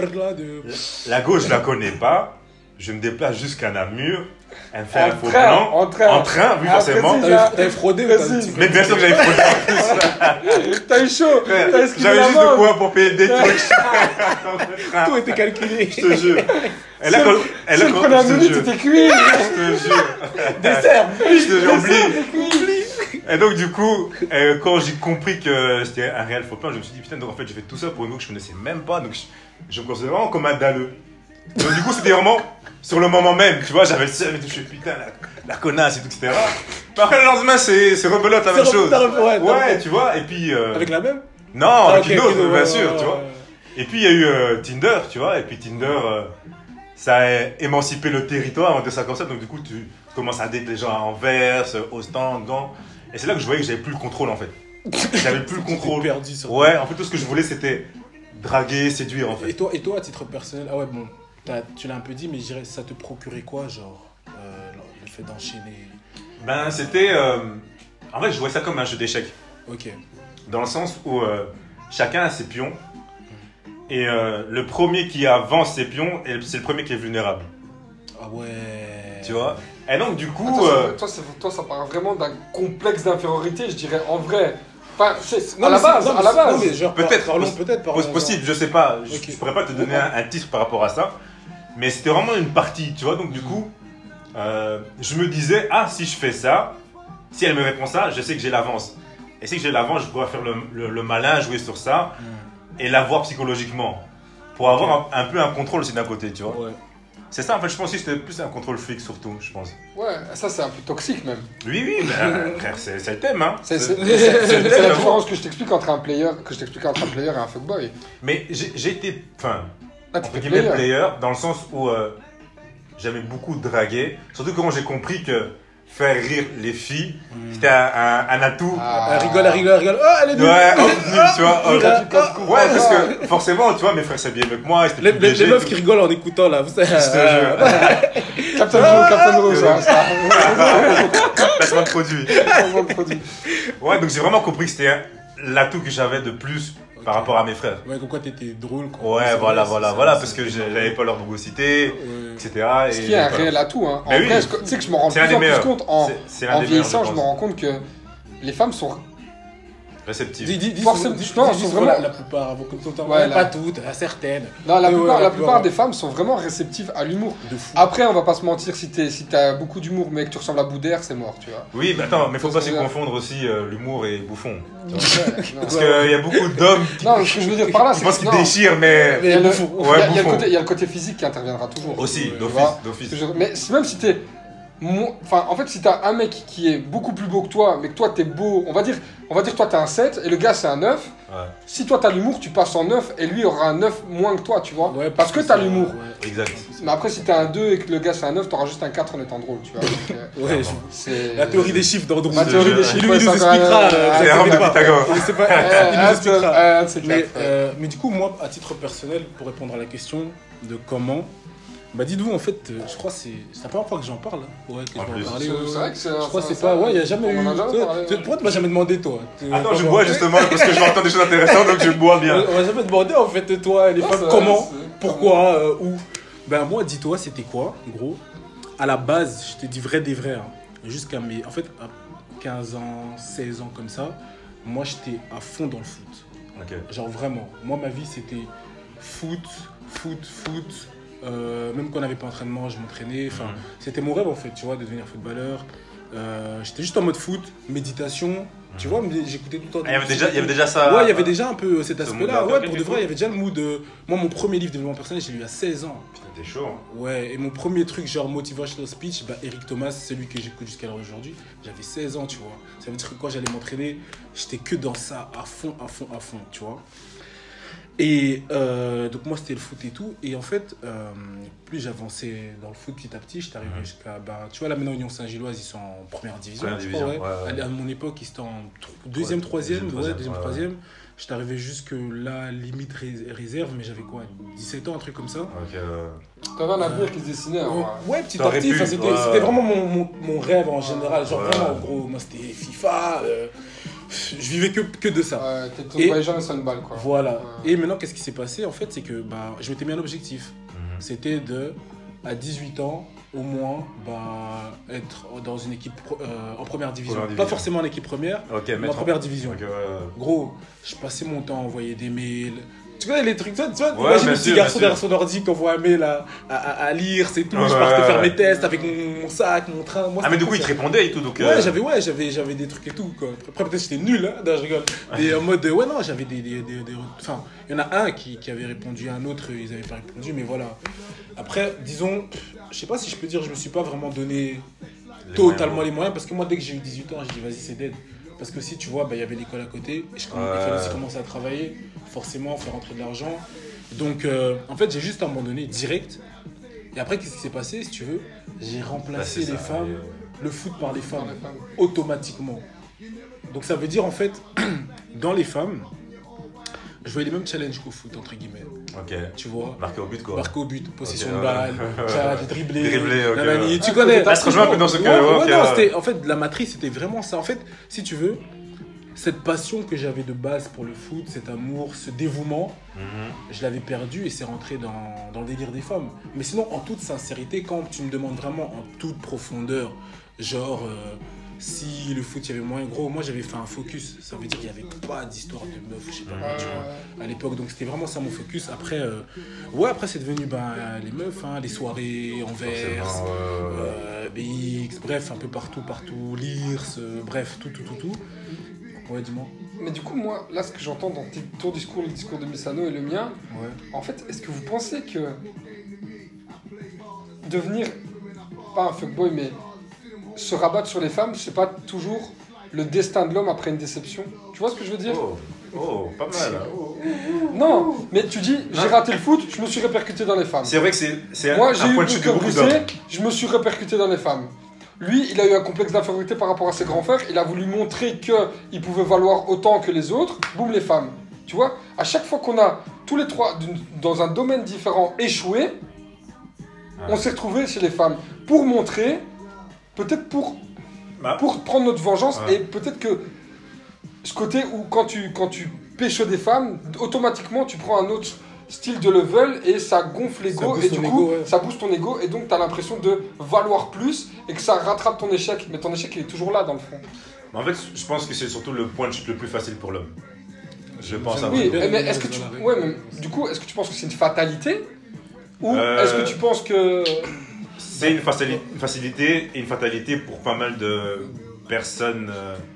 la gauche, je la connais pas. Je me déplace jusqu'à Namur. Elle me fait un faux plan. En train, oui, forcément. T'avais fraudé ou mais bien sûr que j'avais fraudé en plus. T'as eu chaud. J'avais juste de quoi pour payer des trucs. Tout était calculé. Je te jure. Elle a première minute, c'était cuit. Je te jure. Dessert. Je te jure, oublie. Et donc, du coup, quand j'ai compris que c'était un réel faux plan, je me suis dit, putain, donc en fait, j'ai fait tout ça pour une go que je connaissais même pas. Donc, je me considérais vraiment comme un dalleux. Donc, du coup, c'était vraiment sur le moment même, tu vois, j'avais le seum et tout, je suis putain, la connasse et tout, etc. Mais après, le lendemain, c'est rebelote la même chose. Ouais, tu vois, et puis. Avec la même? Non, avec une autre, bien sûr, tu vois. Et puis, il y a eu Tinder, tu vois, et puis Tinder, ça a émancipé le territoire, on va dire ça comme ça. Donc, du coup, tu commences à date les gens à Anvers, Ostende, Gand. Et c'est là que je voyais que j'avais plus le contrôle en fait. J'avais plus le contrôle. Perdu sur ouais, en fait tout ce que je voulais c'était draguer, séduire en fait. Et toi à titre personnel, ah ouais bon, tu l'as un peu dit, mais je dirais ça te procurait quoi genre le fait d'enchaîner Ben, c'était... En fait, je voyais ça comme un jeu d'échecs. Ok. Dans le sens où chacun a ses pions. Et le premier qui avance ses pions, c'est le premier qui est vulnérable. Ah ouais. Tu vois? Et donc, du coup... Toi, ça parle vraiment d'un complexe d'infériorité, je dirais, en vrai. Enfin, à la base. Non, mais genre, peut-être, parlons, possible, je sais pas. Ok. Je pourrais pas te donner un titre par rapport à ça. Mais c'était vraiment une partie, tu vois. Donc, du coup, je me disais, ah, si je fais ça, si elle me répond ça, je sais que j'ai l'avance. Et si j'ai l'avance, je pourrais faire le malin, jouer sur ça et la voir psychologiquement. Pour avoir un peu un contrôle aussi d'un côté, tu vois. Ouais. C'est ça, en fait, je pense que c'était plus un contrôle flic surtout, je pense. Ouais, ça c'est un peu toxique même. Oui, mais frère, c'est le thème, hein. C'est le la thème, différence que je t'explique entre un player, et un fuckboy. Mais j'ai été, enfin, Ah, entre guillemets, player, dans le sens où j'aimais beaucoup draguer, surtout quand j'ai compris que faire rire les filles, c'était un atout. Elle rigole. Oh, elle est nulle. Ouais, tu vois. Ouais, parce que forcément, tu vois, mes frères s'habillaient avec moi, c'était plus léger. Les meufs qui rigolent en écoutant là, vous savez. Captain Rose, ça. Placement de produit. Ouais, donc j'ai vraiment compris que c'était l'atout que j'avais de plus par rapport à mes frères. Ouais, comme quoi t'étais drôle, quoi. Ouais, voilà, parce que j'avais pas leur brogosité, etc. Ce qui est un réel atout, hein. En vrai, tu sais que je me rends de plus en plus compte, en vieillissant, je me rends compte que les femmes sont... réceptives. Non, sont vraiment... La plupart, ouais, pas toutes, certaines. Non, la plupart des femmes sont vraiment réceptives à l'humour. Après, on va pas se mentir, si t'as beaucoup d'humour mais que tu ressembles à Boudère, c'est mort, tu vois. Oui, mais attends, mais faut pas se confondre aussi l'humour et bouffon. Parce qu'il y a beaucoup d'hommes non, ce que je veux dire par là, c'est qu'ils déchirent, mais... Il y a le côté physique qui interviendra toujours. Aussi, d'office. Mais même si t'es... Enfin, en fait, si t'as un mec qui est beaucoup plus beau que toi, mais que toi t'es beau, on va dire toi t'es un 7 et le gars c'est un 9. Ouais. Si toi t'as l'humour, tu passes en 9 et lui aura un 9 moins que toi, tu vois. Ouais, parce que t'as l'humour. Ouais. Exact. Mais après, si t'es un 2 et que le gars c'est un 9, t'auras juste un 4 en étant drôle, tu vois. Donc, Ouais, c'est... la théorie des chiffres d'Andrew. La théorie des chiffres, Lui, il nous expliquera. C'est un homme de Pythagore. Il nous expliquera. Mais du coup, moi, à titre personnel, pour répondre à la question de comment. Bah dites-vous en fait, je crois que c'est la première fois que j'en parle. Ouais, que je vais en parler. C'est vrai que c'est... Je crois que c'est pas... Ouais, il n'y a jamais eu... Pourquoi tu m'as jamais demandé toi? Attends, je bois justement parce que je m'entends des choses intéressantes donc je bois bien. On m'a jamais demandé en fait toi, les femmes, comment, pourquoi, où. Ben moi, dis-toi, c'était quoi, gros? À la base, je te dis vrai des vrais. Jusqu'à mes... En fait, à 15 ans, 16 ans comme ça, moi j'étais à fond dans le foot. Ok. Genre vraiment. Moi, ma vie c'était foot. Même quand on n'avait pas d'entraînement, je m'entraînais. Enfin, c'était mon rêve en fait, tu vois, de devenir footballeur. J'étais juste en mode foot, méditation. Tu vois, j'écoutais tout le temps. Il y avait déjà ça. Ouais, il y avait déjà un peu cet aspect-là. Ouais, pour de vrai, il y avait déjà le mood. Moi, mon premier livre de développement personnel, j'ai lu à 16 ans. Putain, t'es chaud. Hein. Ouais, et mon premier truc, genre motivational speech, bah, Eric Thomas, c'est celui que j'écoute jusqu'à l'heure d'aujourd'hui. J'avais 16 ans, tu vois. Ça veut dire que quand j'allais m'entraîner, j'étais que dans ça, à fond, tu vois. Et donc moi c'était le foot et tout, et en fait plus j'avançais dans le foot petit à petit, j'étais arrivé jusqu'à, tu vois là maintenant Union Saint-Gilloise ils sont en première division, je crois, ouais. À mon époque ils étaient en deuxième, troisième, j'étais arrivé jusque là limite réserve, mais j'avais quoi, 17 ans, un truc comme ça. T'avais un avenir qui se dessinait. Ouais, petit à petit, c'était vraiment mon rêve en général, genre vraiment gros, moi c'était FIFA. Je vivais que de ça. Ouais, t'es jamais sur une balle, quoi. Voilà. Ouais. Et maintenant, qu'est-ce qui s'est passé? En fait, c'est que je m'étais mis un objectif. C'était à 18 ans, au moins, être dans une équipe en première division. Pas forcément en équipe première, mais en première division. Gros, je passais mon temps à envoyer des mails. Tu connais les trucs, tu vois, imagine le petit garçon derrière son ordi qui envoie un mail à lire, c'est tout. Je partais faire mes tests avec mon sac, mon train. Moi, mais du coup, il te répondait et tout. Donc, ouais, j'avais des trucs et tout. Quoi. Après, peut-être j'étais nul, hein. Non, je rigole. Et en mode, ouais, non, j'avais des. Enfin, il y en a un qui avait répondu à un autre, ils n'avaient pas répondu, mais voilà. Après, disons, je sais pas si je peux dire, je me suis pas vraiment donné totalement les moyens, parce que moi, dès que j'ai eu 18 ans, j'ai dit, vas-y, c'est dead. Parce que si tu vois, il y avait l'école à côté, et il fallait aussi commencer à travailler, forcément, faire rentrer de l'argent. Donc, en fait, j'ai juste abandonné direct. Et après, qu'est-ce qui s'est passé, si tu veux? J'ai remplacé les femmes, le foot par les femmes, automatiquement. Donc, ça veut dire, en fait, dans les femmes, Je voyais les mêmes challenges qu'au foot, entre guillemets. Ok. Tu vois. Marqué au but, quoi. Marqué au but, possession Ok, de balle, dribbler. Ok. Tu connais. Là, je te rejoins un peu dans ce cas. Non, en fait, la matrice, c'était vraiment ça. En fait, si tu veux, cette passion que j'avais de base pour le foot, cet amour, ce dévouement, je l'avais perdu et c'est rentré dans le délire des femmes. Mais sinon, en toute sincérité, quand tu me demandes vraiment en toute profondeur, genre, si le foot, il y avait moins gros, moi j'avais fait un focus. Ça veut dire qu'il n'y avait pas d'histoire de meuf, je sais pas quoi, tu vois, à l'époque. Donc c'était vraiment ça mon focus. Après, après c'est devenu les meufs, hein, les soirées, Anvers, BX, bref, un peu partout, Lirs, bref, tout. Ouais, dis-moi. Mais du coup, moi, là, ce que j'entends dans ton discours, le discours de Missano et le mien, en fait, est-ce que vous pensez que devenir, pas un fuckboy, mais se rabattre sur les femmes, c'est pas toujours le destin de l'homme après une déception? Tu vois ce que je veux dire? Oh, pas mal. Non, mais tu dis, j'ai raté le foot, je me suis répercuté dans les femmes. C'est vrai que c'est moi, un point de chute de beaucoup d'hommes. Je me suis répercuté dans les femmes. Lui, il a eu un complexe d'infériorité par rapport à ses grands frères. Il a voulu montrer qu'il pouvait valoir autant que les autres. Boum, les femmes. Tu vois, à chaque fois qu'on a tous les trois, dans un domaine différent, échoué, on s'est retrouvés chez les femmes. Pour montrer, peut-être pour prendre notre vengeance. Et peut-être que ce côté où quand tu pêches des femmes, automatiquement, tu prends un autre style de level et ça gonfle l'ego et du coup ça booste ton ego et donc tu as l'impression de valoir plus et que ça rattrape ton échec, mais ton échec il est toujours là dans le fond. En fait, je pense que c'est surtout le point de chute le plus facile pour l'homme. Je pense à oui, mais est-ce que tu mais du coup, est-ce que tu penses que c'est une fatalité ou est-ce que tu penses que c'est une facilité et une fatalité pour pas mal de personnes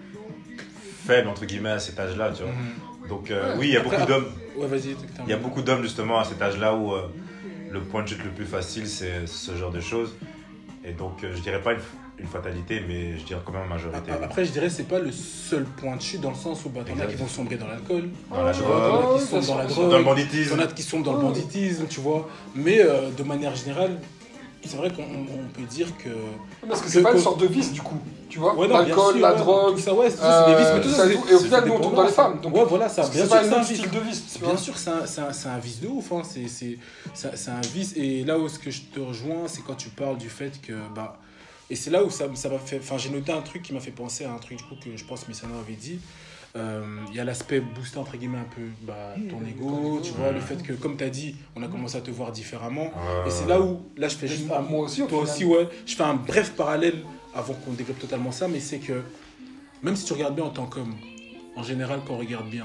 faibles entre guillemets à cet âge-là, tu vois. Donc oui, il y a beaucoup d'hommes. Ouais, vas-y. Il y a beaucoup d'hommes justement à cet âge-là où le point de chute le plus facile c'est ce genre de choses. Et donc je dirais pas une fatalité, mais je dirais quand même majorité. Après, je dirais c'est pas le seul point de chute dans le sens où t'en as qui vont sombrer dans l'alcool, dans la drogue, qui sont dans la drogue, dans le banditisme. T'en as qui sont dans le banditisme, tu vois. Mais de manière générale, c'est vrai qu'on peut dire que. Parce que c'est pas une sorte de vice du coup, tu vois. Ouais, l'alcool, la drogue, tout ça, c'est des vices, mais tout ça, et au final, nous on tombe dans les femmes. Donc, voilà, ça. Bien c'est sûr, pas un autre style de vice. Bien sûr, c'est un vice de ouf. Hein. C'est un vice. Et là où ce que je te rejoins, c'est quand tu parles du fait que et c'est là où ça m'a fait. Enfin, j'ai noté un truc qui m'a fait penser à un truc du coup que je pense que Missano avait dit. Il y a l'aspect booster entre guillemets un peu ton ego, tu vois, le fait que comme tu as dit on a commencé à te voir différemment et c'est là où je fais juste moi aussi toi aussi je fais un bref parallèle avant qu'on développe totalement ça, mais c'est que même si tu regardes bien en tant qu'homme, en général quand on regarde bien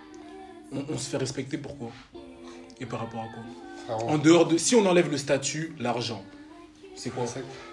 on se fait respecter pourquoi et par rapport à quoi? En dehors de si on enlève le statut, l'argent, c'est quoi?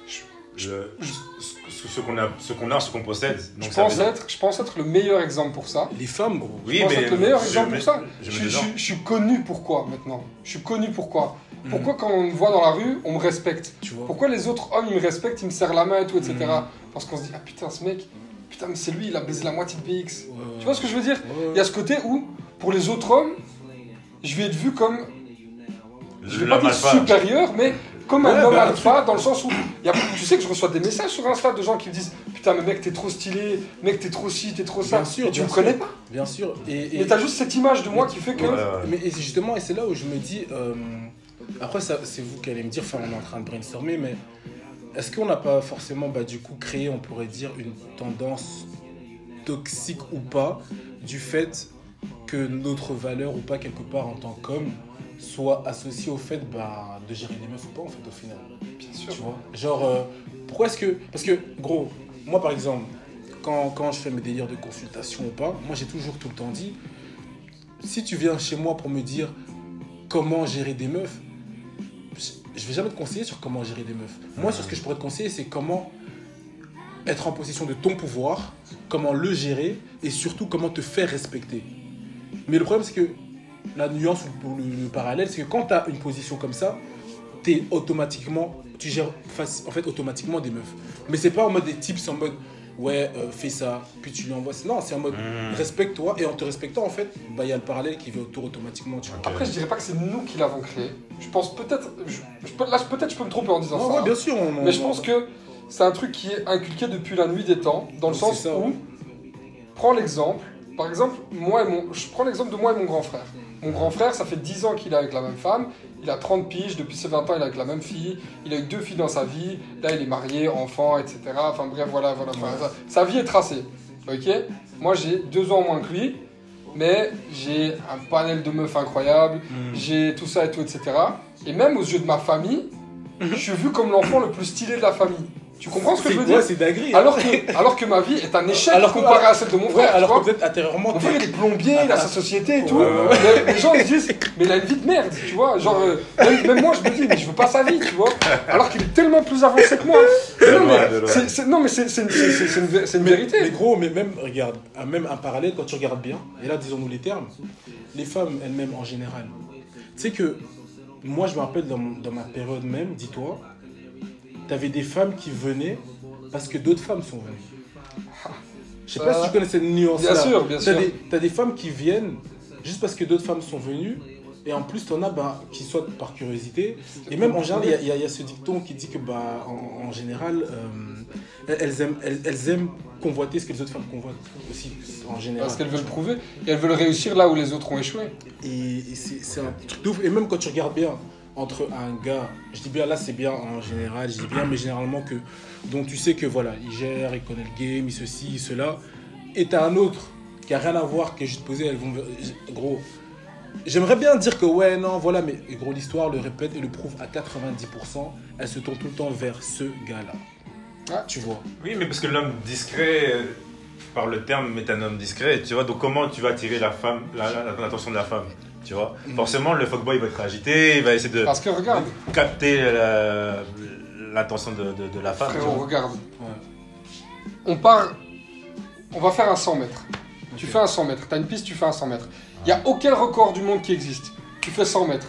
Ce qu'on possède. Donc je pense être le meilleur exemple pour ça. Les femmes, gros. Oui, je pense être le meilleur exemple pour ça. Je suis connu pourquoi maintenant. Je suis connu pourquoi. Pourquoi quand on me voit dans la rue, on me respecte? Tu vois. Pourquoi les autres hommes ils me respectent, ils me serrent la main et tout, etc. Parce qu'on se dit ah putain ce mec, putain mais c'est lui, il a baisé la moitié de BX. Tu vois ce que je veux dire? Il y a ce côté où pour les autres hommes, je vais être vu comme, je vais pas dire supérieur, mais comme un homme alpha, dans le sens où tu sais que je reçois des messages sur Insta de gens qui me disent putain mais mec t'es trop stylé, mec t'es trop ci, t'es trop ça, bien sûr, et tu me connais pas. Bien sûr. Mais t'as juste cette image de moi qui fait que... Mais justement, et c'est là où je me dis, après ça, c'est vous qui allez me dire, enfin on est en train de brainstormer, mais est-ce qu'on n'a pas forcément du coup créé, on pourrait dire, une tendance toxique ou pas, du fait que notre valeur ou pas quelque part en tant qu'homme soit associé au fait de gérer des meufs ou pas en fait au final. Bien sûr. Tu vois, genre pourquoi est-ce que, parce que gros, moi par exemple quand je fais mes délires de consultation ou pas, moi j'ai toujours tout le temps dit, si tu viens chez moi pour me dire comment gérer des meufs, je vais jamais te conseiller sur comment gérer des meufs. Moi sur ce que je pourrais te conseiller c'est comment être en possession de ton pouvoir, comment le gérer et surtout comment te faire respecter. Mais le problème c'est que la nuance ou le parallèle, c'est que quand tu as une position comme ça, tu gères en fait automatiquement des meufs. Mais c'est pas en mode des tips, en mode ouais, fais ça, puis tu lui envoies. Non, c'est en mode respecte-toi, et en te respectant, en fait, il y a le parallèle qui va autour automatiquement. Tu vois. Après, je dirais pas que c'est nous qui l'avons créé. Je pense peut-être, peut-être je peux me tromper en disant ça. Ouais, bien sûr. Mais je pense que c'est un truc qui est inculqué depuis la nuit des temps, dans le sens où, prends l'exemple par exemple, je prends l'exemple de moi et mon grand frère. Mon grand frère, ça fait 10 ans qu'il est avec la même femme, il a 30 piges, depuis ses 20 ans, il est avec la même fille, il a eu 2 filles dans sa vie, là, il est marié, enfant, etc. Enfin bref, voilà. Enfin, sa vie est tracée, ok? Moi, j'ai 2 ans moins que lui, mais j'ai un panel de meufs incroyable, j'ai tout ça et tout, etc. Et même aux yeux de ma famille, je suis vu comme l'enfant le plus stylé de la famille. Tu comprends ce que je veux dire? C'est dinguerie. Alors que ma vie est un échec comparé à celle de mon frère. Alors que peut-être intérieurement. Mon frère, il est plombier, il a sa société et tout. Les gens, ils se disent, mais il a une vie de merde, tu vois. Genre, même moi, je me dis, mais je veux pas sa vie, tu vois. Alors qu'il est tellement plus avancé que moi. Non, mais c'est une vérité. Mais gros, mais même, regarde, même un parallèle, quand tu regardes bien, et là, disons-nous les termes, les femmes elles-mêmes en général. Tu sais que, moi, je me rappelle dans ma période même, dis-toi, t'avais des femmes qui venaient parce que d'autres femmes sont venues. Je sais pas si tu connais cette nuance-là. Bien sûr. T'as des femmes qui viennent juste parce que d'autres femmes sont venues. Et en plus, t'en as qui soit par curiosité. Et même en général, il y a ce dicton qui dit que en général, elles aiment convoiter ce que les autres femmes convoitent aussi, en général. Parce qu'elles veulent prouver. Et elles veulent réussir là où les autres ont échoué. Et c'est un truc de ouf. Et même quand tu regardes bien, entre un gars, je dis bien là c'est bien en général, je dis bien mais généralement dont tu sais que voilà, il gère, il connaît le game, il ceci, il cela, et t'as un autre qui a rien à voir, qui est juste posé, elles vont, gros, j'aimerais bien dire que ouais non voilà, mais gros l'histoire le répète et le prouve à 90%, elle se tourne tout le temps vers ce gars-là, tu vois. Oui mais parce que l'homme discret, par le terme est un homme discret, tu vois, donc comment tu vas attirer l'attention de la femme? Tu vois, forcément le fuckboy va être agité, il va essayer de capter l'attention de la femme. Frérot, regarde. On va faire un 100 mètres. Okay. Tu fais un 100 mètres, t'as une piste, tu fais un 100 mètres. Il n'y a aucun record du monde qui existe. Tu fais 100 mètres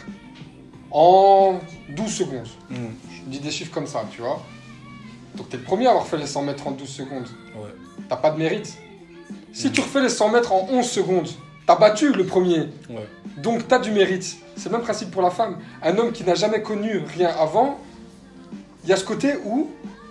en 12 secondes. Je dis des chiffres comme ça, tu vois. Donc t'es le premier à avoir fait les 100 mètres en 12 secondes. Ouais. T'as pas de mérite. Si tu refais les 100 mètres en 11 secondes, t'as battu le premier. Ouais. Donc t'as du mérite. C'est le même principe pour la femme. Un homme qui n'a jamais connu rien avant, il y a ce côté où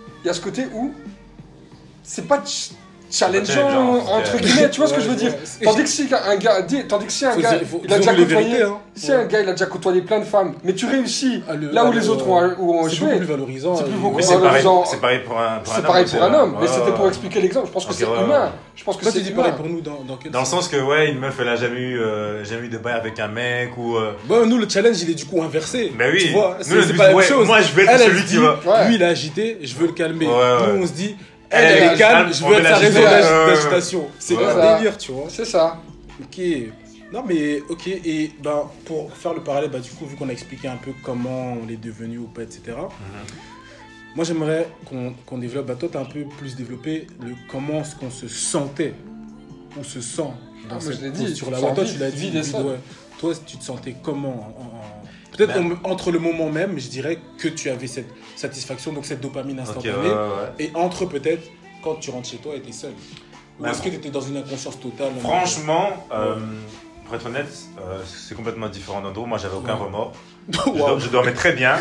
c'est pas challengeant entre guillemets, tu vois ce que je veux dire. Tandis que si un gars, il a déjà côtoyé, si un gars il a déjà côtoyé plein de femmes, mais tu réussis là où les autres ont échoué. C'est beaucoup plus valorisant. C'est pareil pour un homme. Mais c'était pour expliquer l'exemple. Je pense que c'est humain. Je pense que c'est pareil pour nous dans le sens que ouais, une meuf elle a jamais eu de bail avec un mec ou. Bon, nous le challenge il est du coup inversé. Mais oui. Tu vois, c'est pas la même chose. Moi je vais être celui qui va. Lui il a agité, je veux le calmer. Nous on se dit. Elle est calme, je veux être sa raison d'agitation. C'est un délire, tu vois. C'est ça. Ok. Non, mais ok. Et pour faire le parallèle, du coup, vu qu'on a expliqué un peu comment on est devenu ou pas, etc. Moi, j'aimerais qu'on développe. Toi, tu as un peu plus développé comment est-ce qu'on se sentait ou se sent dans cette posture-là. Toi, tu l'as dit. Toi, tu te sentais comment Peut-être entre le moment même, je dirais que tu avais cette satisfaction, donc cette dopamine instantanée, et entre peut-être quand tu rentres chez toi et tu es seul. Ou est-ce que tu étais dans une inconscience totale? Franchement, pour être honnête, c'est complètement différent d'Andrew. Moi, j'avais aucun remords. Je dormais très bien.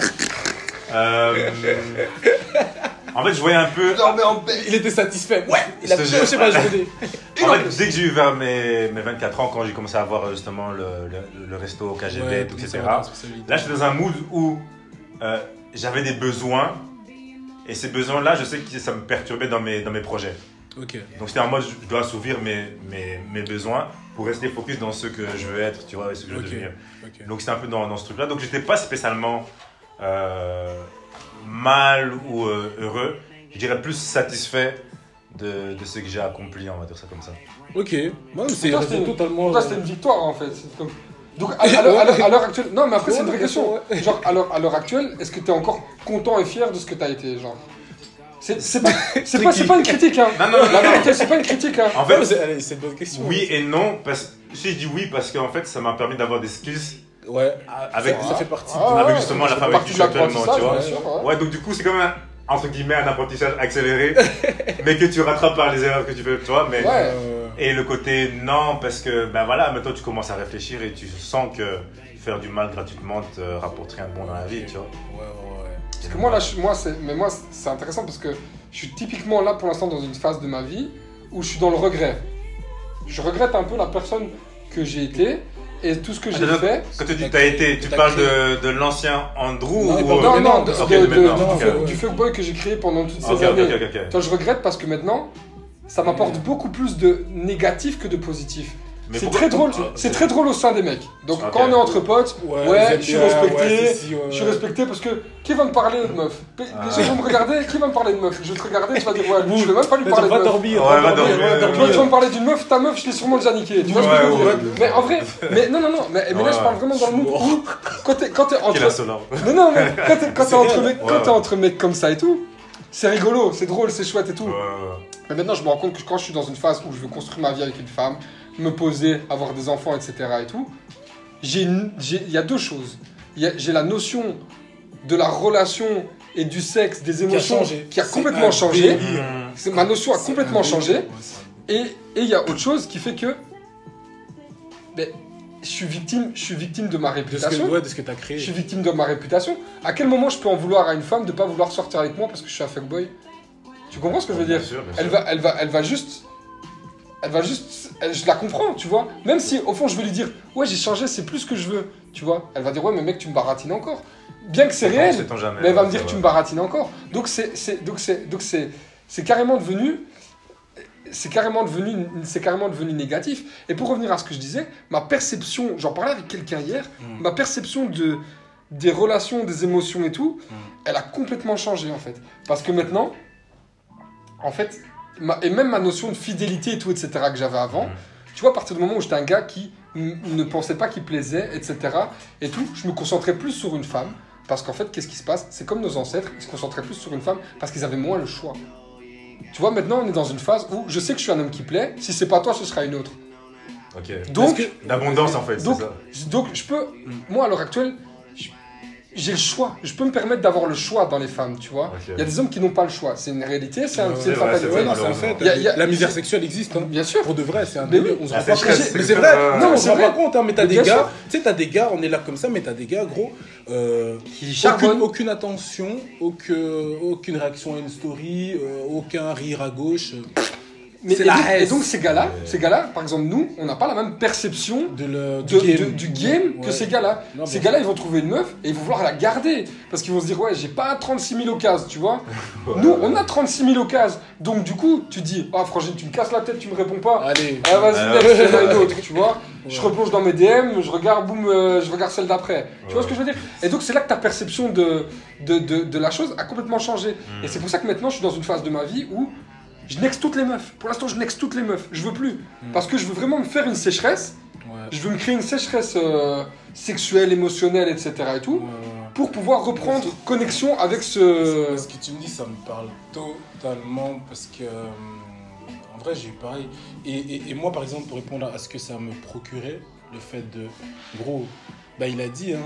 En fait, je voyais un peu. Il était satisfait. Ouais, il a pioché ma journée. En fait, dès que j'ai eu vers mes 24 ans, quand j'ai commencé à voir justement le resto au KGB, etc. Là, j'étais dans un mood où j'avais des besoins. Et ces besoins-là, je sais que ça me perturbait dans mes projets. Okay. Donc, c'était en mode, je dois assouvir mes besoins pour rester focus dans ce que je veux être, tu vois, et ce que je veux devenir. Okay. Donc, c'était un peu dans ce truc-là. Donc, j'étais pas spécialement mal ou heureux. Je dirais plus satisfait de ce que j'ai accompli, on va dire ça comme ça. Ok. Moi, c'est totalement... Toi, c'était une victoire, en fait. Donc, à l'heure actuelle... Non, mais après, c'est une vraie question. Genre, à l'heure actuelle, est-ce que tu es encore content et fier de ce que tu as été, genre? C'est pas une critique, hein. Non. La vérité, c'est pas une critique, hein. En fait, c'est une bonne question. Oui et non. Si je dis oui, parce qu'en fait, ça m'a permis d'avoir des skills. Ouais, ça fait partie avec justement la femme avec qui je suis actuellement, tu vois. Ouais, donc du coup, c'est quand même entre guillemets un apprentissage accéléré, mais que tu rattrapes par les erreurs que tu fais, tu vois. Mais et le côté non, parce que voilà, maintenant tu commences à réfléchir et tu sens que faire du mal gratuitement te rapporte rien de bon dans la vie, tu vois. Parce que moi, c'est intéressant parce que je suis typiquement là pour l'instant dans une phase de ma vie où je suis dans le regret. je regrette un peu la personne que j'ai été et tout ce que j'ai fait. Quand tu dis t'as été, tu parles de l'ancien Andrew non, ou du fuckboy que j'ai créé pendant toutes ces années. Toi, je regrette parce que maintenant, ça m'apporte beaucoup plus de négatif que de positif. C'est très drôle, c'est très drôle au sein des mecs. Donc quand on est entre potes, je suis respecté parce que qui va me parler de meuf? Les gens vont me regarder, qui va me parler de meuf? Je vais te regarder, tu vas dire ouais, je vais même pas lui parler de meuf. Tu vas me parler d'une meuf, ta meuf, je l'ai sûrement déjà niqué. Tu vois ce que je veux dire? Mais en vrai, mais non, mais là je parle vraiment dans le mood où quand t'es entre non, mais quand t'es entre mecs comme ça et tout, c'est rigolo, c'est drôle, c'est chouette et tout. Mais maintenant je me rends compte que quand je suis dans une phase où je veux construire ma vie avec une femme, me poser, avoir des enfants, etc. et tout, il y a deux choses. J'ai la notion de la relation et du sexe, des émotions qui a complètement changé. Ma notion a complètement changé. Et il y a autre chose qui fait que je suis victime de ma réputation. De ce que tu as créé. Je suis victime de ma réputation. À quel moment je peux en vouloir à une femme de ne pas vouloir sortir avec moi parce que je suis un fuckboy? Tu comprends ce que je veux dire? Bien sûr. Elle va juste, je la comprends, tu vois. Même si, au fond, je vais lui dire, ouais, j'ai changé, c'est plus ce que je veux, tu vois. Elle va dire, ouais, mais mec, tu me baratines encore. Bien que c'est réel, mais elle va me dire, tu me baratines encore. Donc, c'est carrément devenu négatif. Et pour revenir à ce que je disais, ma perception, j'en parlais avec quelqu'un hier, ma perception des relations, des émotions et tout, elle a complètement changé, en fait. Parce que maintenant, en fait, et même ma notion de fidélité et tout, etc., que j'avais avant, tu vois, à partir du moment où j'étais un gars qui ne pensait pas qu'il plaisait, etc., et tout, je me concentrais plus sur une femme, parce qu'en fait, qu'est-ce qui se passe? C'est comme nos ancêtres, ils se concentraient plus sur une femme, parce qu'ils avaient moins le choix. Tu vois, maintenant, on est dans une phase où je sais que je suis un homme qui plaît, si c'est pas toi, ce sera une autre. Ok. Donc, l'abondance, en fait, c'est ça. Donc, je peux, moi, à l'heure actuelle, j'ai le choix. Je peux me permettre d'avoir le choix dans les femmes, tu vois. Il y a des hommes qui n'ont pas le choix. C'est une réalité, c'est une fatalité. La misère sexuelle existe, hein. Bien sûr. Pour de vrai, c'est un délire. On se rend pas compte. Mais c'est vrai. Non, on se rend pas compte, hein. Mais t'as des gars, tu sais, t'as des gars, on est là comme ça, mais t'as des gars, gros, qui charbonnent. Aucune attention, aucune réaction à une story, aucun rire à gauche. Et donc ces gars-là, par exemple, nous, on n'a pas la même perception du game que ces gars-là. Ces gars-là, ils vont trouver une meuf et ils vont vouloir la garder. Parce qu'ils vont se dire, ouais, j'ai pas 36 000 occasions, tu vois. Nous, on a 36 000 occasions. Donc du coup, tu dis, ah frangine, tu me casses la tête, tu me réponds pas. Allez. Ah vas-y, next, il y en a une autre, tu vois. Je replonge dans mes DM, je regarde, boum, je regarde celle d'après. Tu vois ce que je veux dire? Et donc c'est là que ta perception de la chose a complètement changé. Et c'est pour ça que maintenant, je suis dans une phase de ma vie où je next toutes les meufs. Pour l'instant, je next toutes les meufs. Je veux plus. Parce que je veux vraiment me faire une sécheresse. Je veux me créer une sécheresse sexuelle, émotionnelle, etc. et tout. Pour pouvoir reprendre connexion avec ce... Ce que tu me dis, ça me parle totalement. Parce que, en vrai, j'ai eu pareil. Et moi, par exemple, pour répondre à ce que ça me procurait, le fait de... Gros, il a dit,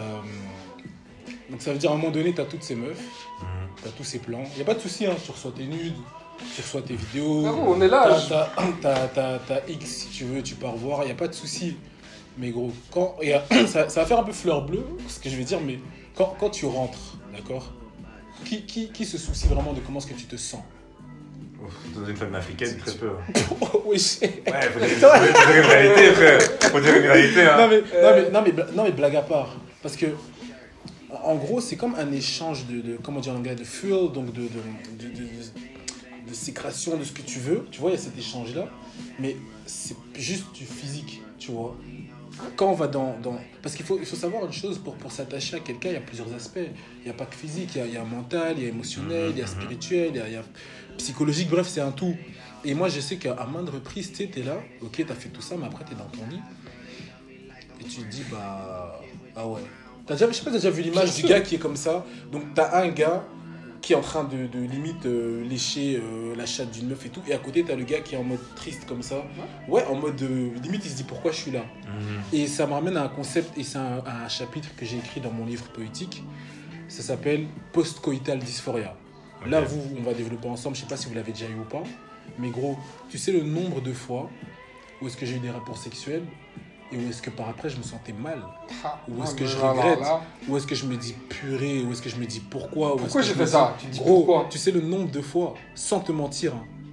donc ça veut dire à un moment donné, t'as toutes ces meufs, t'as tous ces plans. Y a pas de souci, tu reçois tes nudes. Tu reçois tes vidéos, on est là. T'as X si tu veux, tu pars voir, il n'y a pas de souci. Mais gros, ça va faire un peu fleur bleue, ce que je vais dire, mais quand tu rentres, d'accord, qui se soucie vraiment de comment est-ce que tu te sens? Dans une femme africaine, très peu. Oui, ouais, faut dire une réalité, frère. Faut dire une réalité, hein. Non, mais blague à part. Parce que, en gros, c'est comme un échange comment dire en anglais, de fuel, donc de sécrétion, de ce que tu veux, tu vois, il y a cet échange-là, mais c'est juste du physique, tu vois. Quand on va parce qu'il faut savoir une chose, pour s'attacher à quelqu'un, il y a plusieurs aspects. Il n'y a pas que physique, il y a mental, il y a émotionnel, il y a spirituel, il y a psychologique, bref, c'est un tout. Et moi, je sais qu'à maintes reprises, tu sais, t'es là, ok, t'as fait tout ça, mais après, t'es dans ton lit, et tu te dis, ah ouais. Je sais pas si t'as déjà vu l'image du gars qui est comme ça, donc t'as un gars qui est en train de limite lécher la chatte d'une meuf et tout, et à côté t'as le gars qui est en mode triste comme ça, en mode limite il se dit pourquoi je suis là. Et ça me ramène à un concept, et c'est un chapitre que j'ai écrit dans mon livre poétique, ça s'appelle Post-coital dysphoria. Là on va développer ensemble, je sais pas si vous l'avez déjà eu ou pas, mais gros, tu sais le nombre de fois où est-ce que j'ai eu des rapports sexuels et où est-ce que par après je me sentais mal, où est-ce que je regrette, où est-ce que je me dis purée, où est-ce que je me dis pourquoi j'ai fait ça, tu te dis gros, pourquoi, tu sais le nombre de fois, sans te mentir,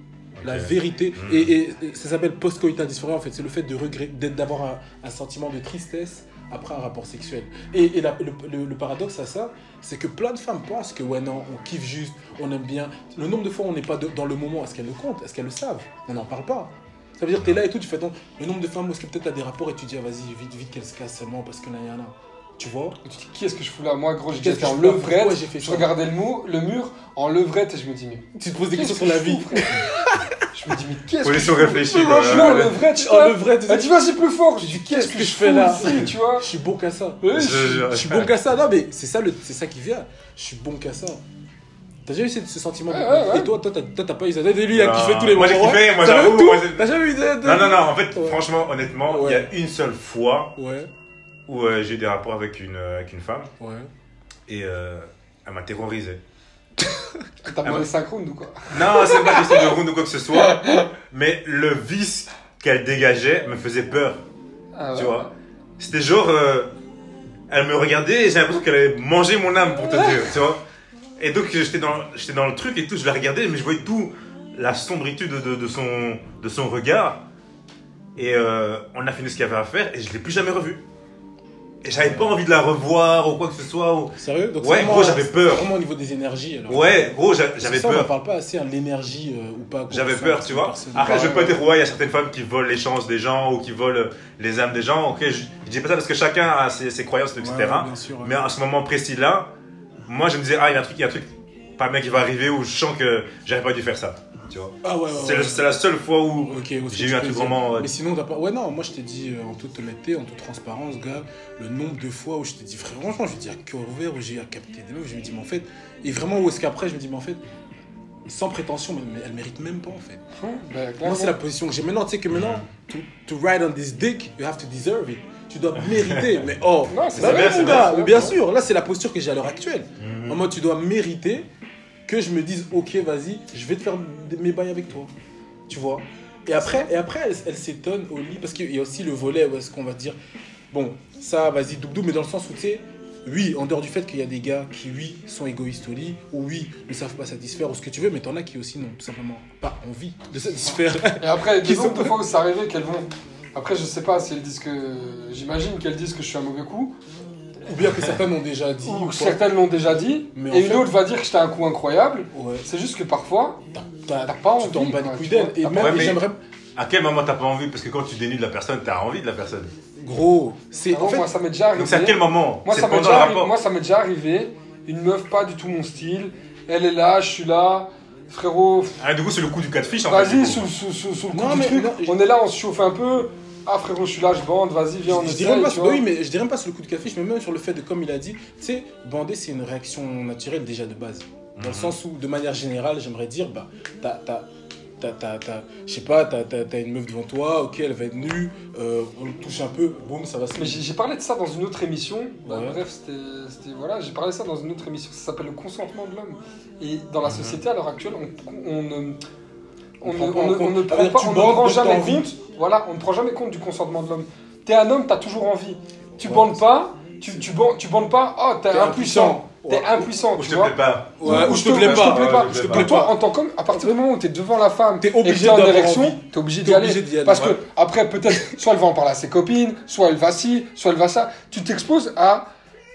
la vérité. Et ça s'appelle post-coital dysphoria, en fait. C'est le fait de d'avoir un sentiment de tristesse après un rapport sexuel. Et le paradoxe à ça, c'est que plein de femmes pensent que ouais non, on kiffe juste, on aime bien. Le nombre de fois où on n'est pas dans le moment, est-ce qu'elles le comptent? Est-ce qu'elles le savent? On n'en parle pas. Ça veut dire que t'es là et tout, tu fais le nombre de femmes où est-ce que peut-être t'as des rapports et tu dis ah, vas-y, vite qu'elle se casse seulement parce que là, il y en a. Tu vois? Et tu te dis, qui est-ce que je fous là? Moi, gros, j'étais en levrette, je regardais le mur en levrette et je me dis, mais. Tu te poses des questions sur la vie. Je me dis, mais qu'est-ce que Position réfléchie. Je suis en levrette, elle dit, vas-y plus fort. Je dis, qu'est-ce que je fais là? Tu vois? Je suis bon qu'à ça. Je suis bon qu'à ça. Non, mais c'est ça qui vient. Je suis bon qu'à ça. T'as déjà eu ce sentiment ouais. Et toi, t'as pas eu ça. Lui, il a kiffé tous les moments. Moi, j'ai kiffé, moi, j'avoue. T'as jamais eu Non, en fait, franchement, honnêtement, il y a une seule fois où j'ai eu des rapports avec une femme. Ouais. Et elle m'a terrorisé. T'as demandé 5 rounds ou quoi? Non, c'est pas question de round ou quoi que ce soit. Mais le vice qu'elle dégageait me faisait peur. Tu vois? C'était genre. Elle me regardait et j'ai l'impression qu'elle allait manger mon âme, pour te dire. Tu vois? Et donc j'étais dans le truc et tout, je la regardais, mais je voyais tout la sombritude de son regard. Et on a fini ce qu'il y avait à faire et je l'ai plus jamais revue. Et j'avais pas envie de la revoir ou quoi que ce soit. Sérieux? Donc ouais, gros, j'avais peur. Vraiment au niveau des énergies alors. Ouais, gros, j'avais peur. On ne parle pas assez de l'énergie ou pas. J'avais peur, tu vois. Après, je peux pas dire, ouais, il y a certaines femmes qui volent les chances des gens ou qui volent les âmes des gens. Ok, je dis pas ça parce que chacun a ses croyances, etc. Ouais, bien sûr, ouais. Mais à ce moment précis là, moi je me disais, ah, il y a un truc pas bien qui va arriver où je sens que j'aurais pas dû faire ça. Tu vois. Ah ouais, c'est la seule fois où j'ai eu un truc vraiment. Mais sinon, t'as pas. Ouais, non, moi je t'ai dit en toute honnêteté, en toute transparence, gars, le nombre de fois où je t'ai dit, frère, franchement, je me dis à cœur ouvert, où j'ai eu à capter des meufs, je me dis, mais en fait, et vraiment, où est-ce qu'après, je me dis, mais en fait, sans prétention, mais elle mérite même pas en fait. Moi, c'est la position que j'ai maintenant, tu sais que maintenant, to ride on this dick, you have to deserve it. Tu dois mériter, mais oh, non, c'est bien, mon gars, bien sûr, là, c'est la posture que j'ai à l'heure actuelle. En mode, tu dois mériter que je me dise, ok, vas-y, je vais te faire mes bails avec toi. Tu vois. Et après elle s'étonne au lit, parce qu'il y a aussi le volet où est-ce qu'on va dire, bon, ça, vas-y, doudou, mais dans le sens où, tu sais, oui, en dehors du fait qu'il y a des gars qui, oui, sont égoïstes au lit, ou oui, ne savent pas satisfaire, ou ce que tu veux, mais t'en as qui aussi n'ont tout simplement pas envie de satisfaire. Et après, des fois où c'est arrivé qu'elles vont... Après, je sais pas si elles disent que... J'imagine qu'elles disent que je suis un mauvais coup. Ou bien que certaines l'ont déjà dit. Ou certaines l'ont déjà dit. Mais et une autre va dire que j'étais un coup incroyable. Ouais. C'est juste que parfois, t'as pas envie. Tu t'en bats les couilles d'elle. Et même, j'aimerais... À quel moment t'as pas envie? Parce que quand tu dénudes la personne, t'as envie de la personne. Gros, c'est... En fait, moi, ça m'est déjà arrivé. Donc c'est à quel moment? Moi, ça m'est déjà arrivé. Une meuf pas du tout mon style. Elle est là, je suis là. Frérot... Ah, du coup, c'est le coup du catfish, en fait. Vas-y, sous le coup du truc. On est là, on se chauffe un peu. Ah frérot, je suis là, je bande, vas-y, viens, on essaye, oui, mais je dirais même pas sur le coup de catfish, mais même sur le fait de, comme il a dit, tu sais, bander, c'est une réaction naturelle déjà de base. Dans le sens où, de manière générale, j'aimerais dire, bah, je sais pas, t'as une meuf devant toi, ok, elle va être nue, on le touche un peu, boum, ça va se... Mais j'ai parlé de ça dans une autre émission, bref, c'était voilà, j'ai parlé de ça dans une autre émission, ça s'appelle le consentement de l'homme. Et dans la société, à l'heure actuelle, on ne prend jamais compte. Voilà, on ne prend jamais compte du consentement de l'homme. T'es un homme, t'as toujours envie. Tu bandes pas, tu bandes pas. Oh, t'es impuissant. T'es impuissant, tu vois. Ou je te plais pas. Mais toi, en tant qu'homme, à partir du moment où t'es devant la femme, t'es obligé en érection, t'es obligé d'y aller. Parce que après, peut-être, soit elle va en parler à ses copines, soit elle va ci, soit elle va ça. Tu t'exposes à,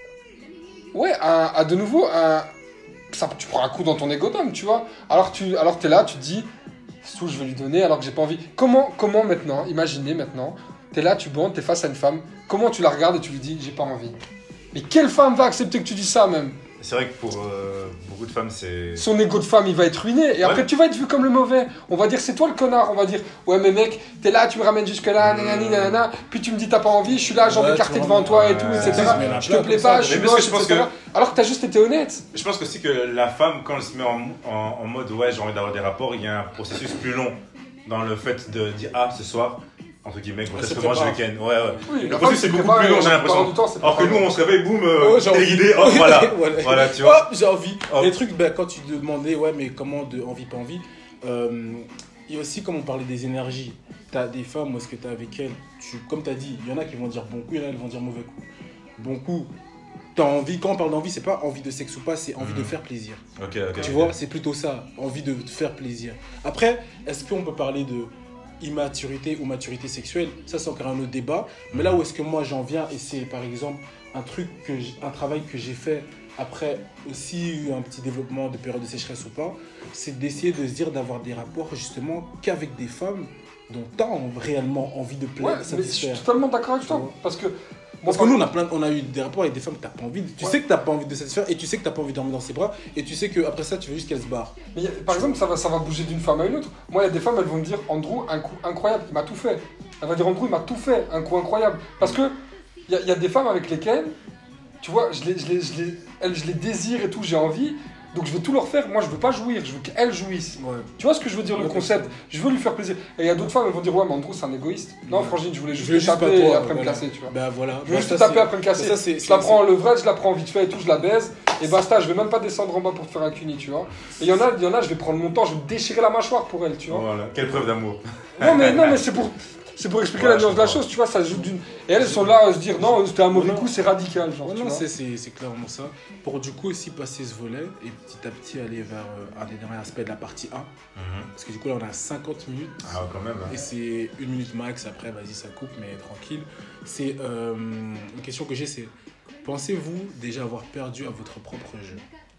de nouveau, tu prends un coup dans ton ego d'homme, tu vois. Alors t'es là, tu te dis. Tout, je vais lui donner alors que j'ai pas envie. Comment maintenant, imaginez maintenant, t'es là, tu bandes, t'es face à une femme, comment tu la regardes et tu lui dis j'ai pas envie? Mais quelle femme va accepter que tu dis ça même? C'est vrai que pour beaucoup de femmes, c'est... Son ego de femme, il va être ruiné. Et après, tu vas être vu comme le mauvais. On va dire, c'est toi le connard. On va dire, ouais, mais mec, t'es là, tu me ramènes jusque-là, nanana. Puis tu me dis, t'as pas envie, je suis là, j'ai envie d'écarter devant toi et tout, etc. Je te plais pas, je suis moche, etc. Alors que t'as juste été honnête. Je pense aussi que la femme, quand elle se met en mode, ouais, j'ai envie d'avoir des rapports, il y a un processus plus long dans le fait de dire, ah, ce soir... Entre guillemets, moi je week-end. Ouais. Oui, le processus c'est beaucoup plus long, j'ai l'impression. Alors que nous on se réveille, boum, téléguidé, hop, voilà, tu vois. Hop, j'ai envie. Les trucs, quand tu demandais, ouais, mais comment de envie, pas envie, il y a aussi, comme on parlait des énergies, t'as des femmes, où est-ce que t'es avec elles, comme t'as dit, il y en a qui vont dire bon coup, il y en a qui vont dire mauvais coup. Bon coup, t'as envie, quand on parle d'envie, c'est pas envie de sexe ou pas, c'est envie de faire plaisir. Tu vois, c'est plutôt ça, envie de faire plaisir. Après, est-ce qu'on peut parler de immaturité ou maturité sexuelle? Ça, c'est encore un autre débat. Mais là où est-ce que moi j'en viens, et c'est par exemple un travail que j'ai fait après aussi eu un petit développement de période de sécheresse ou pas, c'est d'essayer de se dire d'avoir des rapports justement qu'avec des femmes dont tu as réellement envie de plaire, ouais, satisfaire. Je suis totalement d'accord avec toi. Parce que nous, on a eu des rapports avec des femmes que tu n'as pas envie. Tu sais que tu n'as pas envie de satisfaire et tu sais que tu n'as pas envie de dormir dans ses bras et tu sais qu'après ça, tu veux juste qu'elle se barre. Mais par exemple, ça va bouger d'une femme à une autre. Moi, il y a des femmes, elles vont me dire Andrew, un coup incroyable, il m'a tout fait. Elle va dire Andrew, il m'a tout fait, un coup incroyable. Parce que il y a des femmes avec lesquelles, tu vois, je les désire et tout, j'ai envie. Donc je veux tout leur faire, moi je veux pas jouir, je veux qu'elles jouissent. Ouais. Tu vois ce que je veux dire, le concept? Je veux lui faire plaisir. Et il y a d'autres femmes, elles vont dire ouais mais Andrew c'est un égoïste. Non frangine, je voulais juste te taper et après me casser, tu vois. Bah voilà. Je veux juste te taper après me casser. Je la prends en levrette, je la prends vite fait et tout, je la baise. Et basta, je vais même pas descendre en bas pour te faire un cuni, tu vois. Et il y en a, je vais prendre mon temps, je vais déchirer la mâchoire pour elle, tu vois. Voilà, quelle preuve d'amour. Non mais c'est pour expliquer la nuance de la chose, tu vois, ça joue d'une... Et elles sont là à se dire, non, c'était un mauvais coup, c'est radical, genre, non, c'est clairement ça. Pour du coup aussi passer ce volet et petit à petit aller vers un des derniers aspects de la partie 1. Parce que du coup là on a 50 minutes. Ah quand même. Hein. Et c'est 1 minute max, après vas-y ça coupe, mais tranquille. C'est une question que j'ai, c'est pensez-vous déjà avoir perdu à votre propre jeu?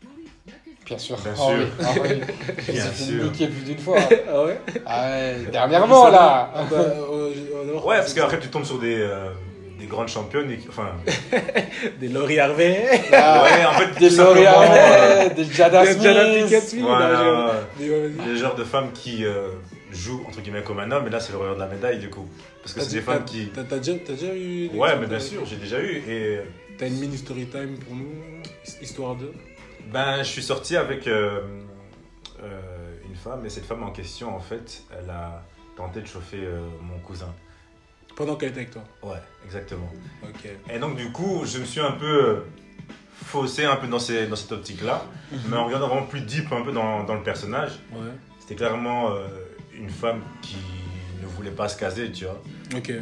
Bien sûr. Bien sûr. Oui. Ah, oui. Bien sûr. Niqué plus d'une fois. Ah ouais? Ah ouais, dernièrement là. Ouais, parce qu'après tu tombes sur des grandes championnes, enfin... des Laurie Harvey. Ah, ouais, en fait, des Laurie Harvey, des Jada Smith. Voilà, des genres de femmes qui jouent entre guillemets comme un homme, et là c'est le revers de la médaille du coup. Parce que c'est des femmes qui... T'as déjà eu... Ouais, mais bien sûr, j'ai déjà eu. Et... T'as une mini story time pour nous, histoire de... Ben, je suis sorti avec une femme, et cette femme en question, en fait, elle a tenté de chauffer mon cousin. Pendant qu'elle était avec toi? Ouais, exactement. Ok. Et donc, du coup, je me suis un peu faussé un peu dans cette optique-là, mais en regardant vraiment plus deep un peu dans le personnage. Ouais. C'était clairement une femme qui ne voulait pas se caser, tu vois. Ok.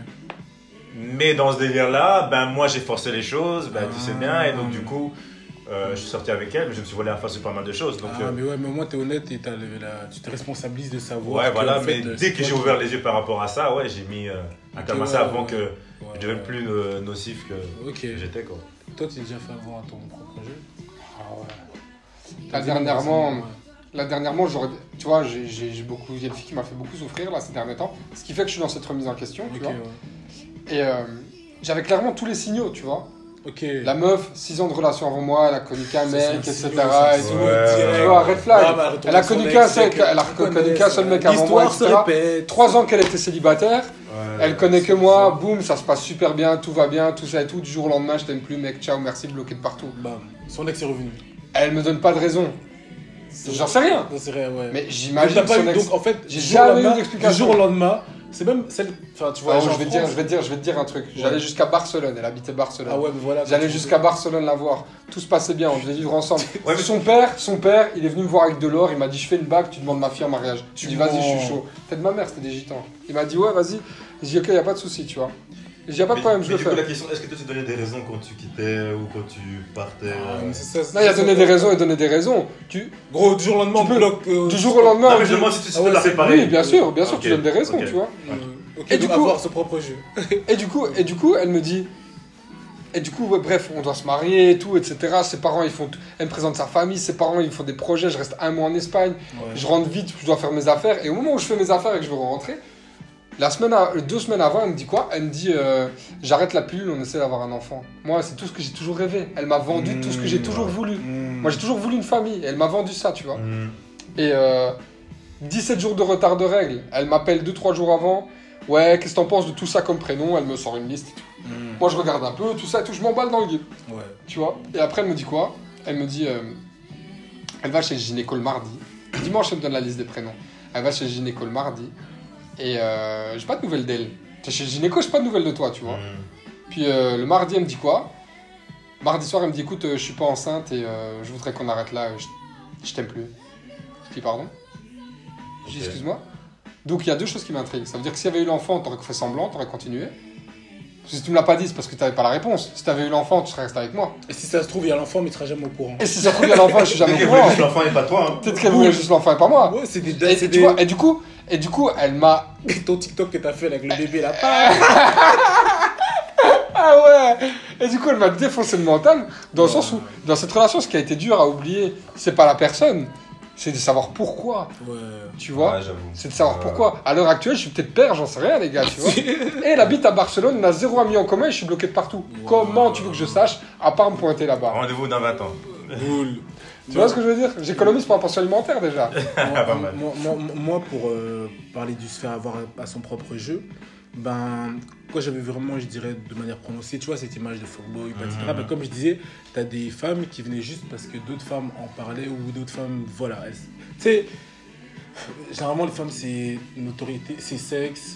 Mais dans ce délire-là, ben moi j'ai forcé les choses, ben tu sais bien, et donc du coup, je suis sorti avec elle, mais je me suis volé à face de pas mal de choses. Donc, mais ouais, mais au moins t'es honnête et tu te responsabilises de savoir. Ouais, voilà, en fait, mais dès que j'ai ouvert les yeux par rapport à ça, ouais, j'ai mis un terme à ça avant que je devienne plus nocif que j'étais, quoi. Toi, tu t'es déjà fait avoir à ton propre jeu? Ah ouais. Là, dernièrement, tu vois, il y a une fille qui m'a fait beaucoup souffrir là ces derniers temps, ce qui fait que je suis dans cette remise en question, tu vois. Ouais. Et j'avais clairement tous les signaux, tu vois. Okay. La meuf, 6 ans de relation avant moi, elle a connu qu'un mec, etc. Tu vois, red flag. Elle a connu qu'un seul mec avant moi, etc. 3 ans qu'elle était célibataire. Elle connaît que moi, boum, ça se passe super bien, tout va bien, tout ça et tout. Du jour au lendemain, je t'aime plus, mec, ciao, merci, bloqué de partout. Bam, son ex est revenu. Elle me donne pas de raison. J'en sais rien. Ouais. Mais j'imagine son ex. Donc en fait, j'ai jamais eu d'explication. Du jour au lendemain. C'est même celle. Enfin, tu vois, je vais te dire un truc. J'allais jusqu'à Barcelone, elle habitait Barcelone. Ah ouais, mais voilà. J'allais jusqu'à Barcelone la voir. Tout se passait bien, on devait vivre ensemble. Ouais, mais son père, il est venu me voir avec de l'or. Il m'a dit, je fais une bague, tu demandes ma fille en mariage. Je lui ai dit, vas-y, je suis chaud. Peut-être ma mère, c'était des gitans. Il m'a dit, ouais, vas-y. J'ai dit, ok, y a pas de souci, tu vois. J'ai dit, y a pas de problème, je le fais. La question, est-ce que toi, tu donnais des raisons quand tu quittais ou quand tu partais Non, il a donné des raisons et donné des raisons. Gros, du jour au lendemain, on bloque. Du jour au lendemain. Non, mais je demande si tu te l'as séparé. Oui, bien sûr, tu donnes des raisons, tu vois. Et du coup, avoir son propre jeu. et du coup, elle me dit. Et du coup, ouais, bref, on doit se marier et tout, etc. Ses parents, elle me présente sa famille, ses parents, ils font des projets. Je reste 1 mois en Espagne. Ouais. Je rentre vite, je dois faire mes affaires. Et au moment où je fais mes affaires et que je veux rentrer, 2 semaines avant, elle me dit quoi? Elle me dit j'arrête la pilule, on essaie d'avoir un enfant. Moi, c'est tout ce que j'ai toujours rêvé. Elle m'a vendu tout ce que j'ai toujours voulu. Moi, j'ai toujours voulu une famille. Et elle m'a vendu ça, tu vois. Et 17 jours de retard de règles. Elle m'appelle 2-3 jours avant. Ouais, qu'est-ce que t'en penses de tout ça comme prénom? Elle me sort une liste et tout. Moi, je regarde un peu, tout ça et tout. Je m'emballe dans le guide. Ouais. Tu vois. Et après, elle me dit quoi? Elle me dit elle va chez le gynéco le mardi. Dimanche, elle me donne la liste des prénoms. Elle va chez le gynéco le mardi. Et j'ai pas de nouvelles d'elle. T'es chez le gynéco, j'ai pas de nouvelles de toi, tu vois. Puis le mardi, elle me dit quoi? Mardi soir, elle me dit écoute, je suis pas enceinte et je voudrais qu'on arrête là, je t'aime plus. Je dis pardon? Je dis excuse-moi. Donc il y a 2 choses qui m'intriguent. Ça veut dire que s'il y avait eu l'enfant, t'aurais fait semblant, t'aurais continué. Si tu me l'as pas dit, c'est parce que tu n'avais pas la réponse. Si tu avais eu l'enfant, tu serais resté avec moi. Et si ça se trouve, il y a l'enfant, mais tu seras jamais au courant. Et si ça se trouve, il y a l'enfant, je suis jamais au courant. Juste l'enfant et pas toi. Hein. Peut-être qu'elle voulait juste l'enfant et pas moi. Ouais, c'est des Tu vois, et du coup, elle m'a. Et ton TikTok que t'as fait avec le bébé là. Ah ouais. Et du coup, elle m'a défoncé le mental, dans le sens où, dans cette relation, ce qui a été dur à oublier, c'est pas la personne, c'est de savoir pourquoi. Ouais. Tu vois, Ouais, j'avoue. c'est de savoir pourquoi. À l'heure actuelle, je suis peut-être père, j'en sais rien, les gars, tu vois. Et elle habite à Barcelone, on a 0 amis en commun et je suis bloqué de partout. Comment tu veux que je sache, à part me pointer là-bas? Rendez-vous dans 20 ans. Cool. Tu vois ce que je veux dire? J'économise pour un pension alimentaire déjà. Pas mal. Moi, pour parler du se faire avoir à son propre jeu, ben, quand j'avais vraiment, je dirais, de manière prononcée, tu vois, cette image de fuckboy, etc. Ben, comme je disais, t'as des femmes qui venaient juste parce que d'autres femmes en parlaient ou d'autres femmes, voilà. Tu sais, généralement, les femmes, c'est notoriété, c'est sexe,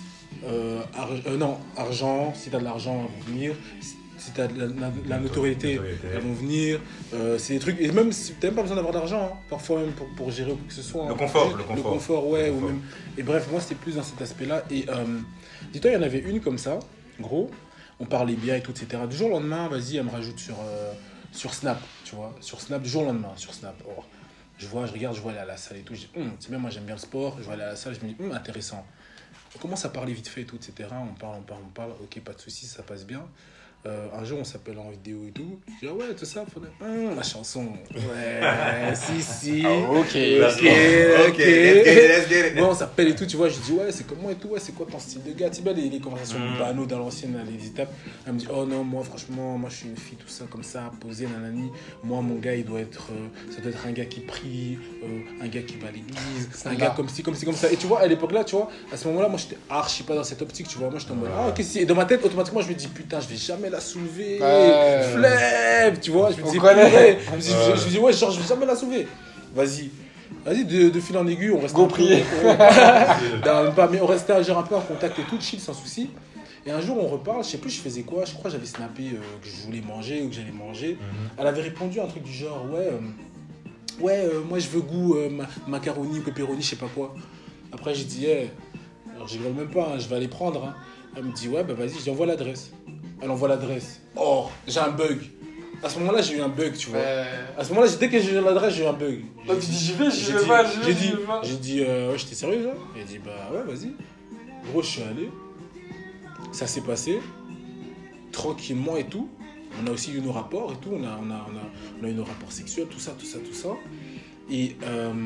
argent, si t'as de l'argent, elles vont venir. Si t'as la notoriété, elles vont venir. C'est des trucs. Et même si t'as même pas besoin d'avoir d'argent, hein, parfois même pour gérer ou quoi que ce soit. Le confort. Le confort, ouais. Ou même... Et bref, moi c'était plus dans cet aspect-là. Et dis-toi, il y en avait une comme ça, gros. On parlait bien et tout, etc. Du jour au lendemain, vas-y, elle me rajoute sur Snap, tu vois. Sur Snap, du jour au lendemain, sur Snap. Oh, je regarde, je vois aller à la salle et tout. Je dis, c'est bien, moi j'aime bien le sport. Je vais aller à la salle, je me dis, intéressant. On commence à parler vite fait et tout, etc. On parle. Ok, pas de soucis, ça passe bien. Un jour on s'appelle en vidéo et tout. Je dis ouais tout ça, la chanson. Ouais, si. Ok. Let's get it. Bon on s'appelle et tout, tu vois, je dis ouais c'est comment et tout, ouais c'est quoi ton style de gars. Tu sais les conversations banaux dans l'ancienne, les étapes. Elle me dit oh non moi franchement, moi je suis une fille tout ça comme ça, posée nanani. Moi mon gars il doit être, ça doit être un gars qui prie, un gars qui va à l'église, un gars comme ci, comme ça. Et tu vois à l'époque là, tu vois, à ce moment là moi j'étais archi pas dans cette optique, tu vois, moi j'étais en mode ok si. Et dans ma tête automatiquement je me dis putain je vais jamais la soulever, flemme, tu vois, je me dis ouais genre je vais jamais la soulever, vas-y de fil en aiguille on reste go prier mais on restait genre un peu en contact et tout chill sans souci. Et un jour on reparle, je sais plus je faisais quoi, je crois que j'avais snappé que je voulais manger ou que j'allais manger. Elle avait répondu un truc du genre ouais moi je veux goût macaroni ou pepperoni je sais pas quoi. Après j'ai dit alors je rigole même pas, je vais aller prendre hein. Elle me dit ouais bah vas-y, j'envoie l'adresse. Elle envoie l'adresse. Oh, j'ai un bug. À ce moment-là, j'ai eu un bug, tu vois. À ce moment-là, dès que j'ai eu l'adresse, j'ai eu un bug. Là, tu dis j'y vais J'ai dit ouais, j'étais sérieux là. Elle dit bah ouais, vas-y. Gros, je suis allé. Ça s'est passé tranquillement et tout. On a aussi eu nos rapports et tout. On a eu nos rapports sexuels, tout ça. Et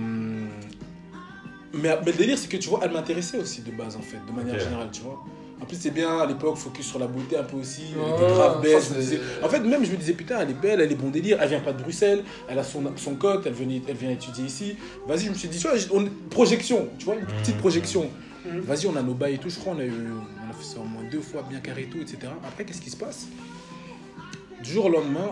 mais le délire, c'est que tu vois, elle m'intéressait aussi de base en fait, de manière générale, tu vois. En plus, c'est bien, à l'époque, focus sur la beauté un peu aussi. Elle était grave belle. En fait, même, je me disais, putain, elle est belle, elle est bon délire. Elle vient pas de Bruxelles, elle a son cote, elle vient étudier ici. Vas-y, je me suis dit, tu vois, projection, tu vois, une petite projection. Vas-y, on a nos bails et tout, je crois, on a fait ça au moins 2 fois, bien carré et tout, etc. Après, qu'est-ce qui se passe? Du jour au lendemain,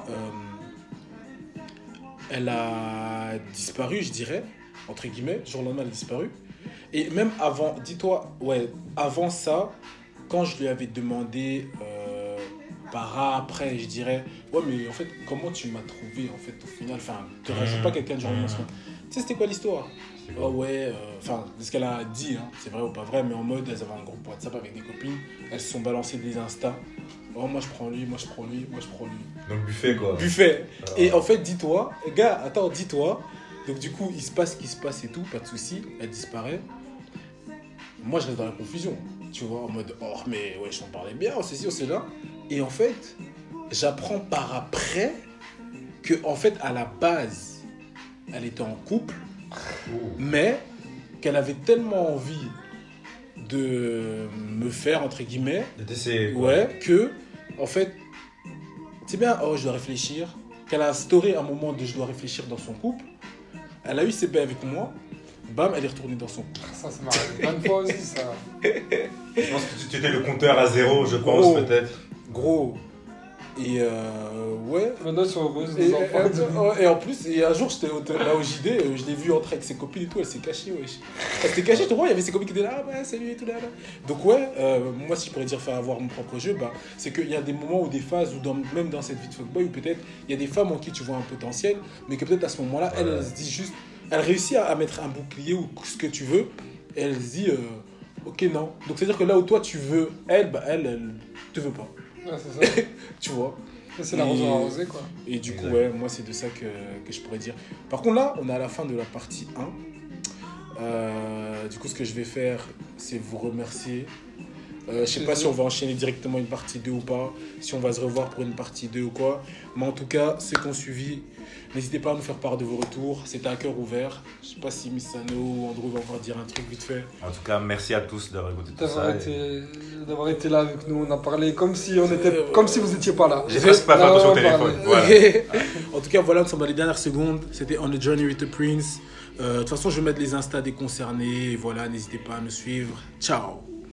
elle a disparu, je dirais, entre guillemets. Du jour au lendemain, elle a disparu. Et même avant, dis-toi, avant ça, quand je lui avais demandé après, je dirais ouais mais en fait comment tu m'as trouvé en fait au final, enfin te rajoute pas quelqu'un de genre tu sais c'était quoi l'histoire? Oh ouais, enfin ce qu'elle a dit hein, c'est vrai ou pas vrai, mais en mode elles avaient un groupe WhatsApp avec des copines, elles se sont balancées des Insta. Oh moi je prends lui. Donc buffet quoi. Buffet. Et en fait dis-toi donc du coup il se passe ce qui se passe et tout, pas de souci, elle disparaît. Moi je reste dans la confusion, tu vois, en mode oh mais ouais j'en parlais bien, on sait là. Et en fait j'apprends par après que en fait à la base elle était en couple, mais qu'elle avait tellement envie de me faire entre guillemets que en fait c'est bien, oh je dois réfléchir, qu'elle a instauré un moment de je dois réfléchir dans son couple. Elle a eu ses bains avec moi. Bam, elle est retournée dans son couple. Ça m'arrive plein de fois aussi, ça. Je pense que tu étais le compteur à 0, je pense, peut-être. Gros. Et ouais. Maintenant, ils sont heureuses, les enfants. Et en plus, un jour, j'étais là au JD, je l'ai vue entrer avec ses copines et tout, elle s'est cachée, wesh. Elle s'était cachée, tu vois, il y avait ses copines qui étaient là, ouais, salut et tout là. Donc ouais, moi, si je pourrais dire faire avoir mon propre jeu, bah, c'est qu'il y a des moments ou des phases, où même dans cette vie de fuckboy, où peut-être il y a des femmes en qui tu vois un potentiel, mais que peut-être à ce moment-là, elle se dit juste, elle réussit à mettre un bouclier ou ce que tu veux, et elle se dit, ok, non. Donc c'est-à-dire que là où toi tu veux, elle te veut pas. Ouais, c'est ça. Tu vois. C'est l'arroseur arrosé, quoi. Et du coup, ouais, moi, c'est de ça que je pourrais dire. Par contre, là, on est à la fin de la partie 1. Du coup, ce que je vais faire, c'est vous remercier. Je sais pas si on va enchaîner directement une partie 2 ou pas, si on va se revoir pour une partie 2 ou quoi. Mais en tout cas, ceux qui ont suivi, n'hésitez pas à nous faire part de vos retours. C'était à cœur ouvert. Je sais pas si Missano ou Andrew va encore dire un truc vite fait. En tout cas, merci à tous d'avoir écouté tout ça. D'avoir été là avec nous. On a parlé comme si vous étiez pas là. J'ai presque pas fait attention au téléphone. Voilà. En tout cas, voilà, nous sommes dans les dernières secondes. C'était On a Journey with the Prince. De toute façon, je vais mettre les Insta des concernés. Et voilà, n'hésitez pas à nous suivre. Ciao.